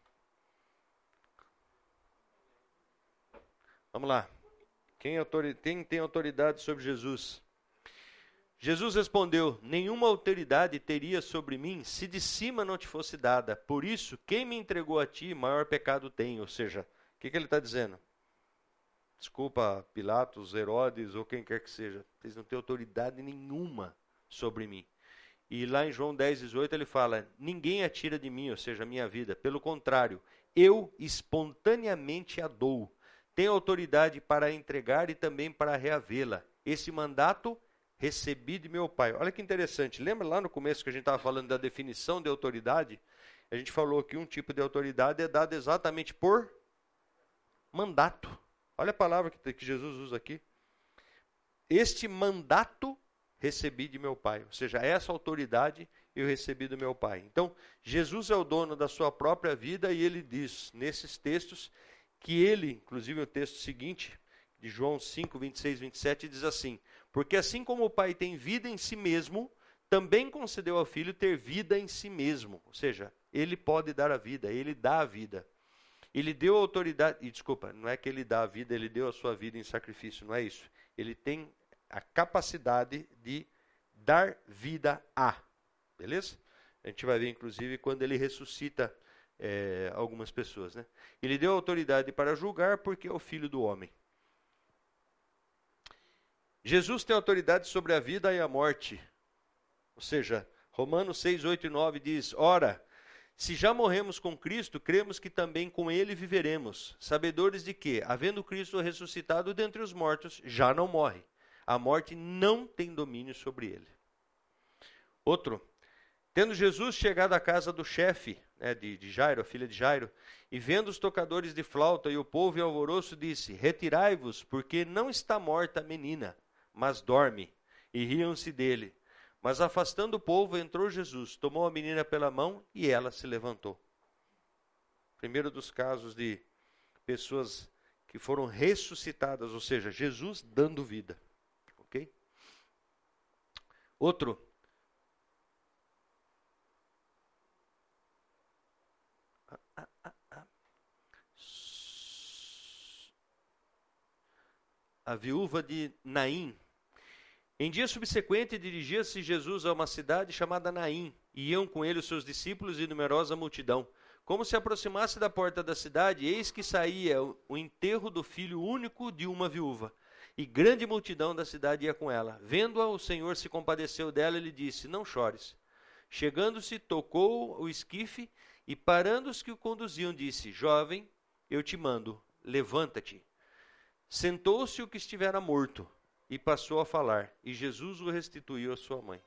Vamos lá. Quem tem autoridade sobre Jesus? Jesus respondeu: nenhuma autoridade teria sobre mim se de cima não te fosse dada. Por isso, quem me entregou a ti, maior pecado tem. Ou seja, o que ele está dizendo? Desculpa, Pilatos, Herodes ou quem quer que seja. Vocês não têm autoridade nenhuma sobre mim. E lá em João 10:18 ele fala: ninguém a tira de mim, ou seja, a minha vida. Pelo contrário, eu espontaneamente a dou. Tenho autoridade para a entregar e também para reavê-la. Esse mandato recebi de meu Pai. Olha que interessante. Lembra lá no começo que a gente estava falando da definição de autoridade? A gente falou que um tipo de autoridade é dado exatamente por mandato. Olha a palavra que Jesus usa aqui. Este mandato recebi de meu Pai. Ou seja, essa autoridade eu recebi do meu Pai. Então, Jesus é o dono da sua própria vida e ele diz nesses textos que ele, inclusive o texto seguinte, de João 5, 26, 27, diz assim: porque assim como o Pai tem vida em si mesmo, também concedeu ao Filho ter vida em si mesmo. Ou seja, ele pode dar a vida, ele dá a vida. Ele deu autoridade, e desculpa, não é que ele dá a vida, ele deu a sua vida em sacrifício, não é isso. Ele tem a capacidade de dar vida a. Beleza? A gente vai ver, inclusive, quando ele ressuscita algumas pessoas, né? Ele deu autoridade para julgar porque é o Filho do homem. Jesus tem autoridade sobre a vida e a morte. Ou seja, Romanos 6, 8 e 9 diz: ora, se já morremos com Cristo, cremos que também com ele viveremos, sabedores de que, havendo Cristo ressuscitado dentre os mortos, já não morre. A morte não tem domínio sobre ele. Outro, tendo Jesus chegado à casa do chefe, né, de Jairo, a filha de Jairo, e vendo os tocadores de flauta e o povo em alvoroço, disse: retirai-vos, porque não está morta a menina, mas dorme. E riam-se dele. Mas afastando o povo, entrou Jesus, tomou a menina pela mão e ela se levantou. Primeiro dos casos de pessoas que foram ressuscitadas, ou seja, Jesus dando vida. Ok? Outro. A viúva de Naim. Em dia subsequente, dirigia-se Jesus a uma cidade chamada Naim, e iam com ele os seus discípulos e numerosa multidão. Como se aproximasse da porta da cidade, eis que saía o enterro do filho único de uma viúva, e grande multidão da cidade ia com ela. Vendo-a, o Senhor se compadeceu dela e lhe disse: não chores. Chegando-se, tocou o esquife, E parando os que o conduziam, disse: Jovem, eu te mando, levanta-te. Sentou-se o que estivera morto e passou a falar, e Jesus o restituiu à sua mãe.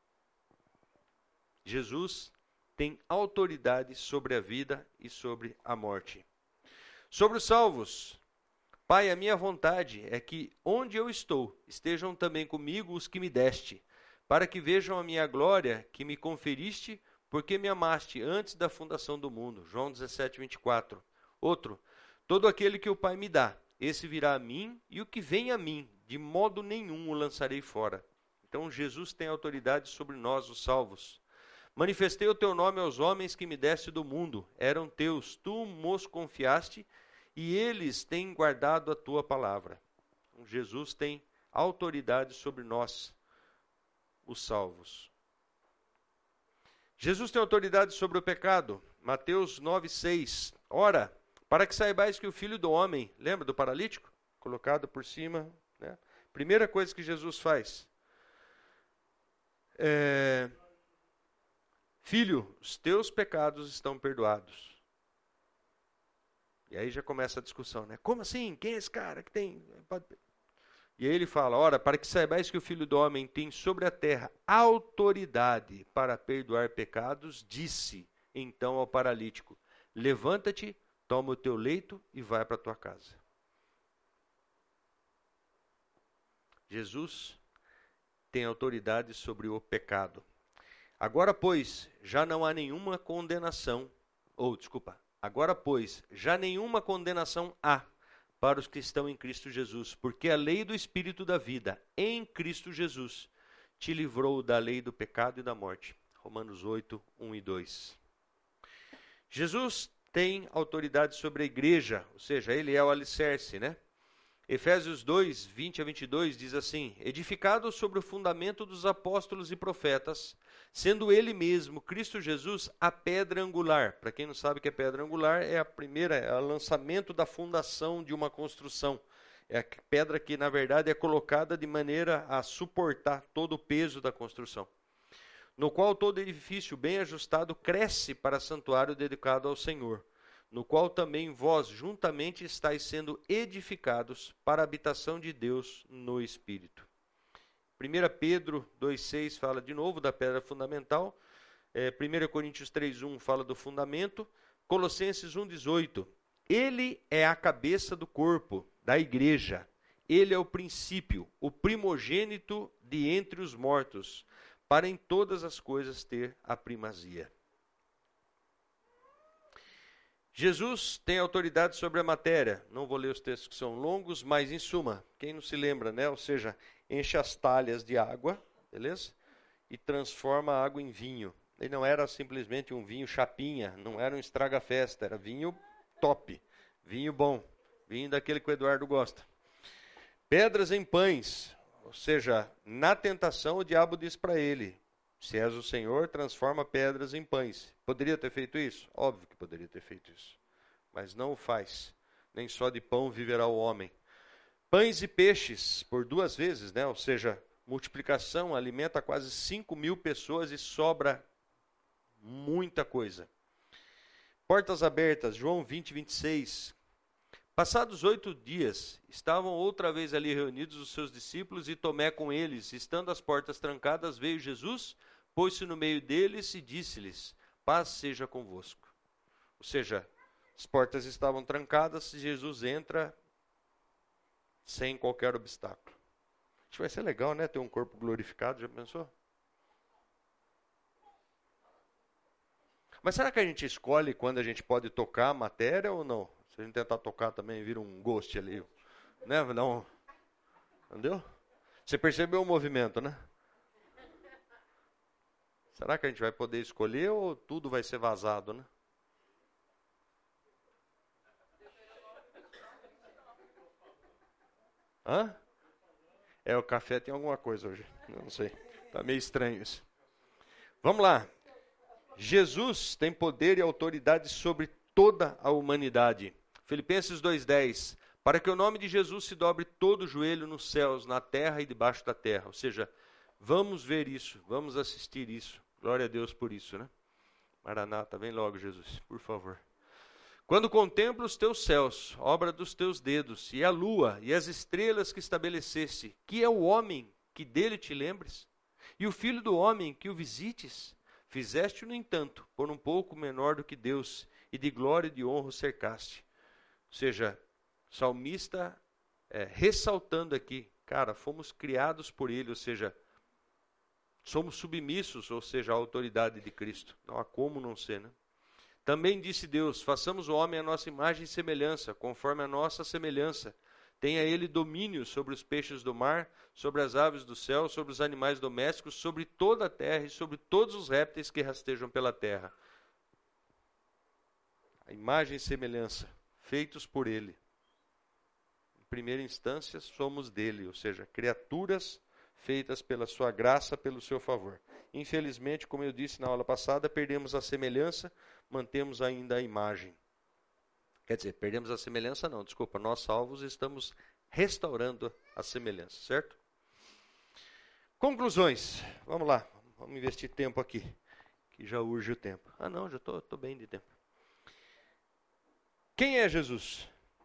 Jesus tem autoridade sobre a vida e sobre a morte. Sobre os salvos, Pai, a minha vontade é que onde eu estou, estejam também comigo os que me deste, para que vejam a minha glória que me conferiste, porque me amaste antes da fundação do mundo. João 17, 24. Outro, todo aquele que o Pai me dá, esse virá a mim, e o que vem a mim, de modo nenhum o lançarei fora. Então Jesus tem autoridade sobre nós, os salvos. Manifestei o teu nome aos homens que me deste do mundo. Eram teus, tu nos confiaste, e eles têm guardado a tua palavra. Então, Jesus tem autoridade sobre nós, os salvos. Jesus tem autoridade sobre o pecado. Mateus 9:6. Ora, para que saibais que o Filho do Homem, lembra do paralítico? Colocado por cima, né? Primeira coisa que Jesus faz. Filho, os teus pecados estão perdoados. E aí já começa a discussão, né? Como assim? Quem é esse cara que tem? E aí ele fala, ora, para que saibais que o Filho do Homem tem sobre a terra autoridade para perdoar pecados, disse então ao paralítico, levanta-te, toma o teu leito e vai para a tua casa. Jesus tem autoridade sobre o pecado. Agora, pois, já não há nenhuma condenação, agora, pois, já nenhuma condenação há para os que estão em Cristo Jesus, porque a lei do Espírito da vida, em Cristo Jesus, te livrou da lei do pecado e da morte. Romanos 8, 1 e 2. Jesus tem autoridade sobre a igreja, ou seja, ele é o alicerce, né? Efésios 2, 20 a 22 diz assim, edificado sobre o fundamento dos apóstolos e profetas, sendo ele mesmo, Cristo Jesus, a pedra angular. Para quem não sabe o que é pedra angular, é o lançamento da fundação de uma construção. É a pedra que, na verdade, é colocada de maneira a suportar todo o peso da construção. No qual todo edifício bem ajustado cresce para santuário dedicado ao Senhor, no qual também vós juntamente estáis sendo edificados para a habitação de Deus no Espírito. 1 Pedro 2,6 fala de novo da pedra fundamental, 1 Coríntios 3,1 fala do fundamento, Colossenses 1,18, ele é a cabeça do corpo, da igreja, ele é o princípio, o primogênito de entre os mortos, para em todas as coisas ter a primazia. Jesus tem autoridade sobre a matéria. Não vou ler os textos que são longos, mas em suma, quem não se lembra, né? Ou seja, enche as talhas de água, beleza? E transforma a água em vinho. E não era simplesmente um vinho chapinha, não era um estraga-festa, era vinho top, vinho bom, vinho daquele que o Eduardo gosta. Pedras em pães, ou seja, na tentação o diabo diz para ele, se és o Senhor, transforma pedras em pães. Poderia ter feito isso? Óbvio que poderia ter feito isso. Mas não o faz. Nem só de pão viverá o homem. Pães e peixes, por 2 vezes, né? Ou seja, multiplicação, alimenta quase 5.000 pessoas e sobra muita coisa. Portas abertas, João 20, 26. Passados 8 dias, estavam outra vez ali reunidos os seus discípulos e Tomé com eles. Estando as portas trancadas, veio Jesus, pôs-se no meio deles e disse-lhes, paz seja convosco. Ou seja, as portas estavam trancadas, Jesus entra sem qualquer obstáculo. Acho que vai ser legal, né? Ter um corpo glorificado, já pensou? Mas será que a gente escolhe quando a gente pode tocar a matéria ou não? Se a gente tentar tocar também, vira um ghost ali. Né? Não. Entendeu? Você percebeu o movimento, né? Será que a gente vai poder escolher ou tudo vai ser vazado, né? Hã? O café tem alguma coisa hoje. Eu não sei. Está meio estranho isso. Vamos lá. Jesus tem poder e autoridade sobre toda a humanidade. Filipenses 2,10. Para que o nome de Jesus se dobre todo o joelho nos céus, na terra e debaixo da terra. Ou seja, vamos ver isso, vamos assistir isso. Glória a Deus por isso, né? Maranata, vem logo, Jesus, por favor. Quando contemplo os teus céus, obra dos teus dedos, e a lua e as estrelas que estabeleceste, que é o homem que dele te lembres, e o filho do homem que o visites, fizeste-o, no entanto, por um pouco menor do que Deus, e de glória e de honra o cercaste. Ou seja, o salmista ressaltando aqui, cara, fomos criados por ele, ou seja, somos submissos, ou seja, à autoridade de Cristo. Não há como não ser, né? Também disse Deus, façamos o homem à nossa imagem e semelhança, conforme a nossa semelhança. Tenha ele domínio sobre os peixes do mar, sobre as aves do céu, sobre os animais domésticos, sobre toda a terra e sobre todos os répteis que rastejam pela terra. A imagem e semelhança, feitos por ele. Em primeira instância, somos dele, ou seja, criaturas feitas pela sua graça, pelo seu favor. Infelizmente, como eu disse na aula passada, perdemos a semelhança, mantemos ainda a imagem. Quer dizer, perdemos a semelhança não, desculpa, nós salvos estamos restaurando a semelhança, certo? Conclusões, vamos lá, vamos investir tempo aqui, que já urge o tempo. Ah não, já estou bem de tempo. Quem é Jesus?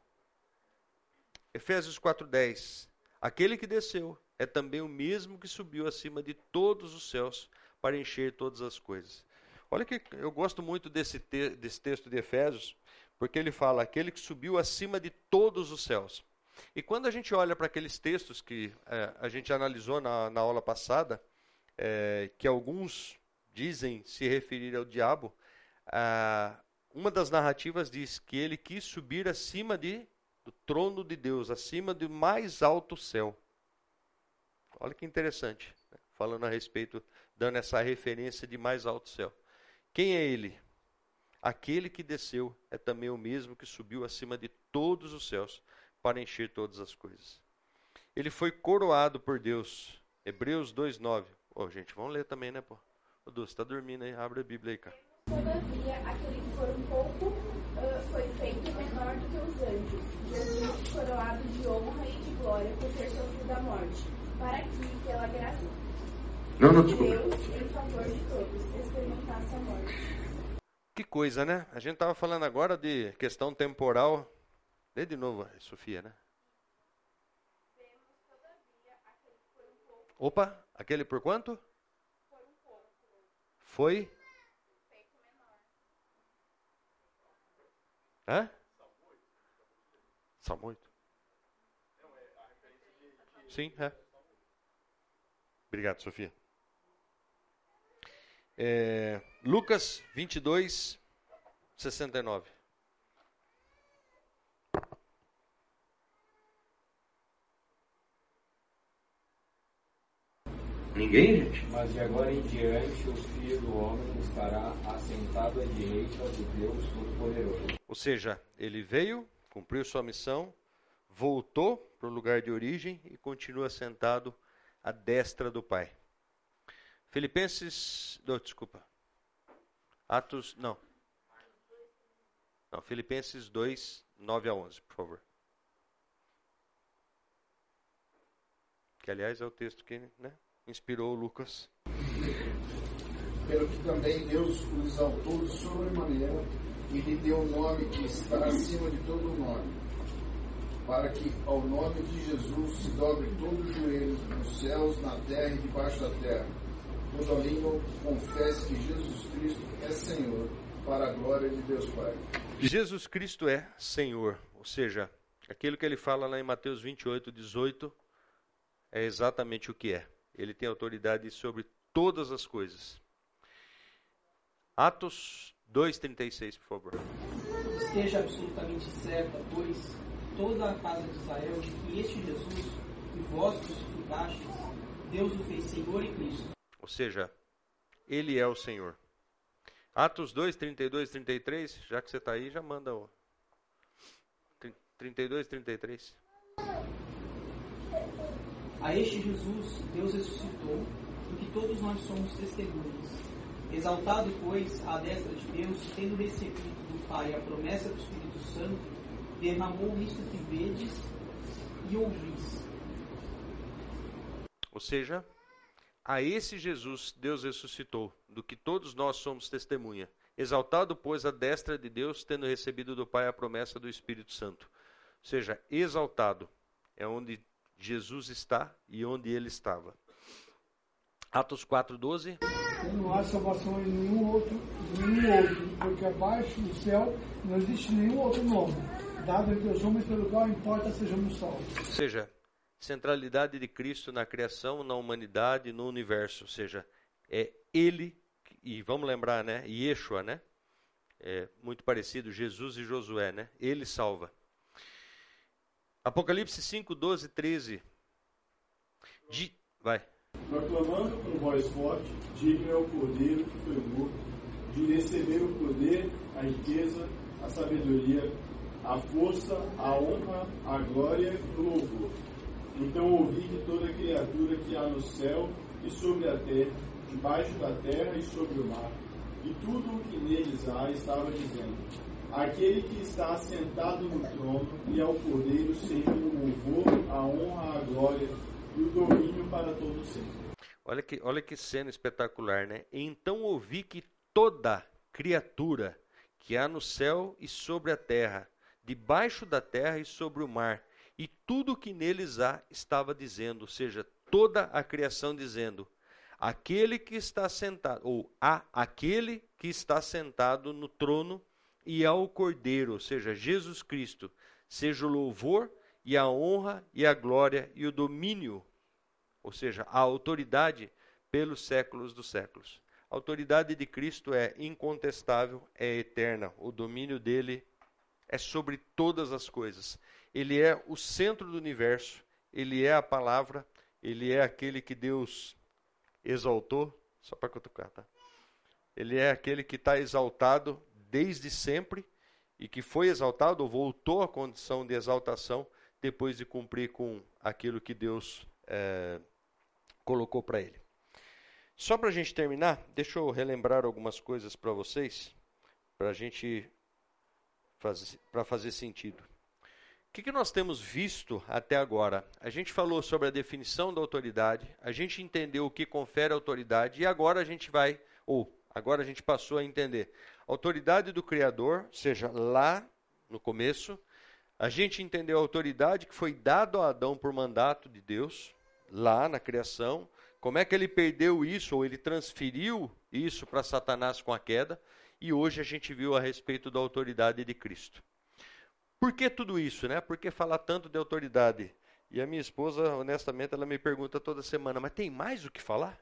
Efésios 4:10, aquele que desceu é também o mesmo que subiu acima de todos os céus para encher todas as coisas. Olha que eu gosto muito desse texto de Efésios, porque ele fala, aquele que subiu acima de todos os céus. E quando a gente olha para aqueles textos que a gente analisou na aula passada, que alguns dizem se referir ao diabo, uma das narrativas diz que ele quis subir acima do trono de Deus, acima do mais alto céu. Olha que interessante, né? Falando a respeito, dando essa referência de mais alto céu. Quem é ele? Aquele que desceu é também o mesmo que subiu acima de todos os céus para encher todas as coisas. Ele foi coroado por Deus. Hebreus 2:9. Gente, vamos ler também, né, pô? Ô, Du, você está dormindo aí? Abre a Bíblia aí, cara. Todavia, aquele que for um pouco foi feito menor do que os anjos. Jesus coroado de honra e de glória por ter sofrido a morte, para que, pela graça de Deus, em favor de todos, experimentasse a morte. Que coisa, né? A gente estava falando agora de questão temporal. Lê de novo, Sofia, né? Opa, aquele por quanto? Foi? Hã? Salmo 8. Sim, é. Obrigado, Sofia. Lucas 22:69. Ninguém, gente? Mas de agora em diante o Filho do Homem estará assentado à direita de Deus Todo-Poderoso. Ou seja, ele veio, cumpriu sua missão, voltou para o lugar de origem e continua sentado à destra do Pai. Filipenses 2, Filipenses 2, 9-11, por favor. Que, aliás, é o texto que, né, inspirou o Lucas. Pelo que também Deus o exaltou sobremaneira e lhe deu um nome que está acima de todo nome, para que ao nome de Jesus se dobre todo o joelho nos céus, na terra e debaixo da terra. Toda língua confesse que Jesus Cristo é Senhor, para a glória de Deus Pai. Jesus Cristo é Senhor, ou seja, aquilo que ele fala lá em Mateus 28:18 é exatamente o que é. Ele tem autoridade sobre todas as coisas. Atos 2:36, por favor. Esteja absolutamente certa, pois, toda a casa de Israel, de que este Jesus, que vós crucificastes, Deus o fez Senhor e Cristo. Ou seja, ele é o Senhor. Atos 2:32-33, já que você está aí, já manda o 32:33. A este Jesus, Deus ressuscitou, do que todos nós somos testemunhas. Exaltado, pois, à destra de Deus, tendo recebido do Pai a promessa do Espírito Santo, derramou isto que vedes e ouvis. Ou seja, a esse Jesus Deus ressuscitou, do que todos nós somos testemunha. Exaltado, pois, à destra de Deus, tendo recebido do Pai a promessa do Espírito Santo. Ou seja, exaltado é onde Jesus está e onde ele estava. Atos 4:12. Não há salvação em nenhum outro, porque abaixo do céu não existe nenhum outro nome, dado entre os homens pelo qual importa sejamos salvos. Ou seja, centralidade de Cristo na criação, na humanidade, no universo. Ou seja, é ele, e vamos lembrar, né? Yeshua, né? É muito parecido, Jesus e Josué, né? Ele salva. Apocalipse 5:12, 13. Vai. Proclamando com voz forte, digno é o Cordeiro que foi morto, de receber o poder, a riqueza, a sabedoria, a força, a honra, a glória e o louvor. Então ouvi que toda criatura que há no céu e sobre a terra, debaixo da terra e sobre o mar, e tudo o que neles há, estava dizendo: aquele que está assentado no trono e ao Cordeiro seja o louvor, a honra, a glória e o domínio para todo sempre. Olha que cena espetacular, né? Então ouvi que toda criatura que há no céu e sobre a terra, debaixo da terra e sobre o mar, e tudo o que neles há, estava dizendo, ou seja, toda a criação dizendo: aquele que está sentado, ou aquele que está sentado no trono e ao Cordeiro, ou seja, Jesus Cristo, seja o louvor e a honra e a glória e o domínio, ou seja, a autoridade pelos séculos dos séculos. A autoridade de Cristo é incontestável, é eterna. O domínio dele é sobre todas as coisas. Ele é o centro do universo, ele é a palavra, ele é aquele que Deus exaltou, só para cutucar, tá? Ele é aquele que está exaltado desde sempre e que foi exaltado ou voltou à condição de exaltação depois de cumprir com aquilo que Deus colocou para ele. Só para a gente terminar, deixa eu relembrar algumas coisas para vocês, para a gente fazer sentido. O que nós temos visto até agora? A gente falou sobre a definição da autoridade, a gente entendeu o que confere autoridade e agora a gente passou a entender a autoridade do Criador, ou seja, lá no começo, a gente entendeu a autoridade que foi dada a Adão por mandato de Deus, lá na criação, como é que ele perdeu isso, ou ele transferiu isso para Satanás com a queda, e hoje a gente viu a respeito da autoridade de Cristo. Por que tudo isso, né? Por que falar tanto de autoridade? E a minha esposa, honestamente, ela me pergunta toda semana, mas tem mais o que falar?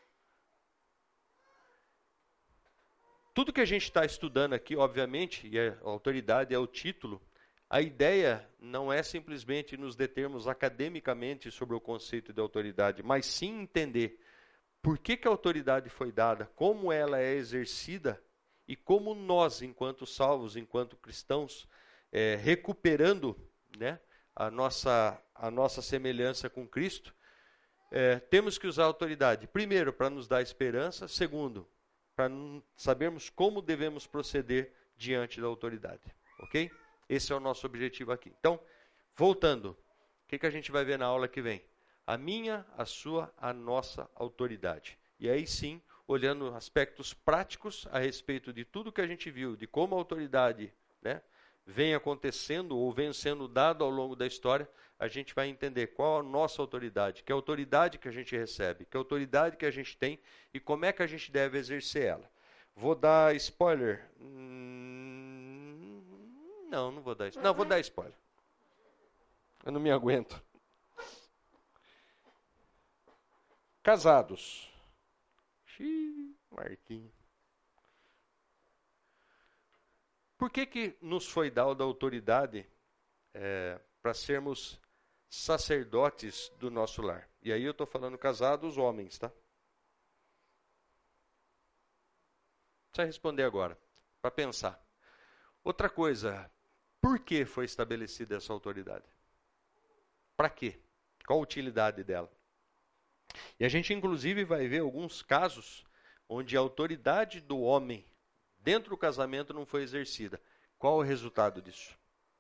Tudo que a gente está estudando aqui, obviamente, e a autoridade é o título, a ideia não é simplesmente nos determos academicamente sobre o conceito de autoridade, mas sim entender por que a autoridade foi dada, como ela é exercida e como nós, enquanto salvos, enquanto cristãos, recuperando, né, a nossa semelhança com Cristo, temos que usar a autoridade, primeiro, para nos dar esperança, segundo, para sabermos como devemos proceder diante da autoridade, ok? Esse é o nosso objetivo aqui. Então, voltando, o que a gente vai ver na aula que vem? A minha, a sua, a nossa autoridade. E aí sim, olhando aspectos práticos a respeito de tudo que a gente viu, de como a autoridade, né, vem acontecendo ou vem sendo dado ao longo da história, a gente vai entender qual a nossa autoridade, que autoridade que a gente recebe, que autoridade que a gente tem e como é que a gente deve exercer ela. Vou dar spoiler? Não vou dar spoiler. Não, vou dar spoiler. Eu não me aguento. Casados. Marquinhos. Por que nos foi dada a autoridade para sermos sacerdotes do nosso lar? E aí eu estou falando casados, homens, tá? Precisa responder agora, para pensar. Outra coisa, por que foi estabelecida essa autoridade? Para quê? Qual a utilidade dela? E a gente inclusive vai ver alguns casos onde a autoridade do homem dentro do casamento não foi exercida. Qual o resultado disso?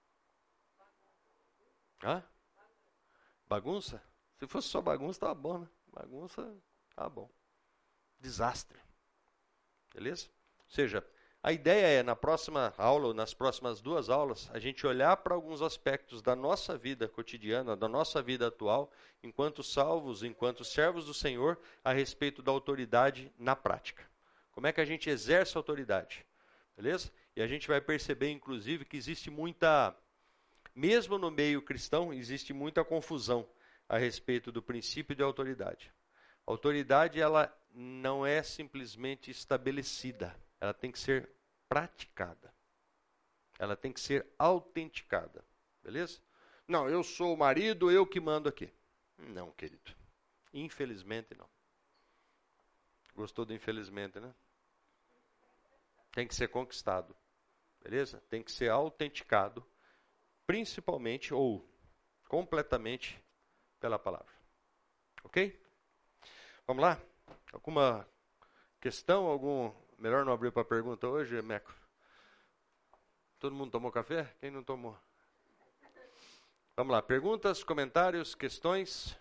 Bagunça? Se fosse só bagunça, estava bom, né? Bagunça, estava bom. Desastre. Beleza? Ou seja, A ideia é, na próxima aula, ou nas próximas 2 aulas, a gente olhar para alguns aspectos da nossa vida cotidiana, da nossa vida atual, enquanto salvos, enquanto servos do Senhor, a respeito da autoridade na prática. Como é que a gente exerce a autoridade? Beleza? E a gente vai perceber, inclusive, que existe muita, mesmo no meio cristão, existe muita confusão a respeito do princípio de autoridade. A autoridade, ela não é simplesmente estabelecida. Ela tem que ser praticada. Ela tem que ser autenticada. Beleza? Não, eu sou o marido, eu que mando aqui. Não, querido. Infelizmente não. Gostou do infelizmente, né? Tem que ser conquistado. Beleza? Tem que ser autenticado, principalmente ou completamente pela palavra. Ok? Vamos lá? Alguma questão? Melhor não abrir para pergunta hoje, Meco? Todo mundo tomou café? Quem não tomou? Vamos lá. Perguntas, comentários, questões?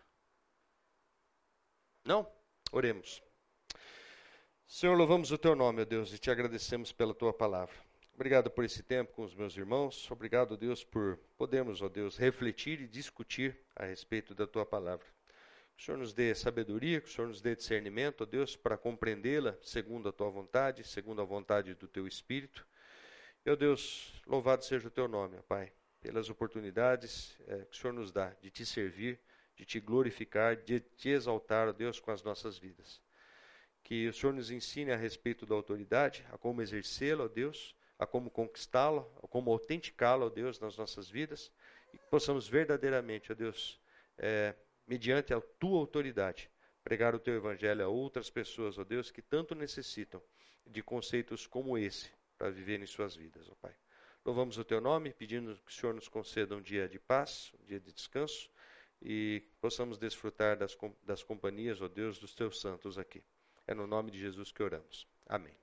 Não? Oremos. Senhor, louvamos o Teu nome, ó Deus, e Te agradecemos pela Tua palavra. Obrigado por esse tempo com os meus irmãos. Obrigado, Deus, por podermos, ó Deus, refletir e discutir a respeito da Tua palavra. Que o Senhor nos dê sabedoria, que o Senhor nos dê discernimento, ó Deus, para compreendê-la segundo a Tua vontade, segundo a vontade do Teu Espírito. E, ó Deus, louvado seja o Teu nome, ó Pai, pelas oportunidades que o Senhor nos dá de Te servir, de Te glorificar, de Te exaltar, ó Deus, com as nossas vidas. Que o Senhor nos ensine a respeito da autoridade, a como exercê-la, ó Deus, a como conquistá-la, a como autenticá-la, ó Deus, nas nossas vidas, e que possamos verdadeiramente, ó Deus, mediante a Tua autoridade, pregar o Teu Evangelho a outras pessoas, ó Deus, que tanto necessitam de conceitos como esse para viverem suas vidas, ó Pai. Louvamos o Teu nome, pedindo que o Senhor nos conceda um dia de paz, um dia de descanso, e possamos desfrutar das companhias, ó Deus, dos Teus santos aqui. É no nome de Jesus que oramos. Amém.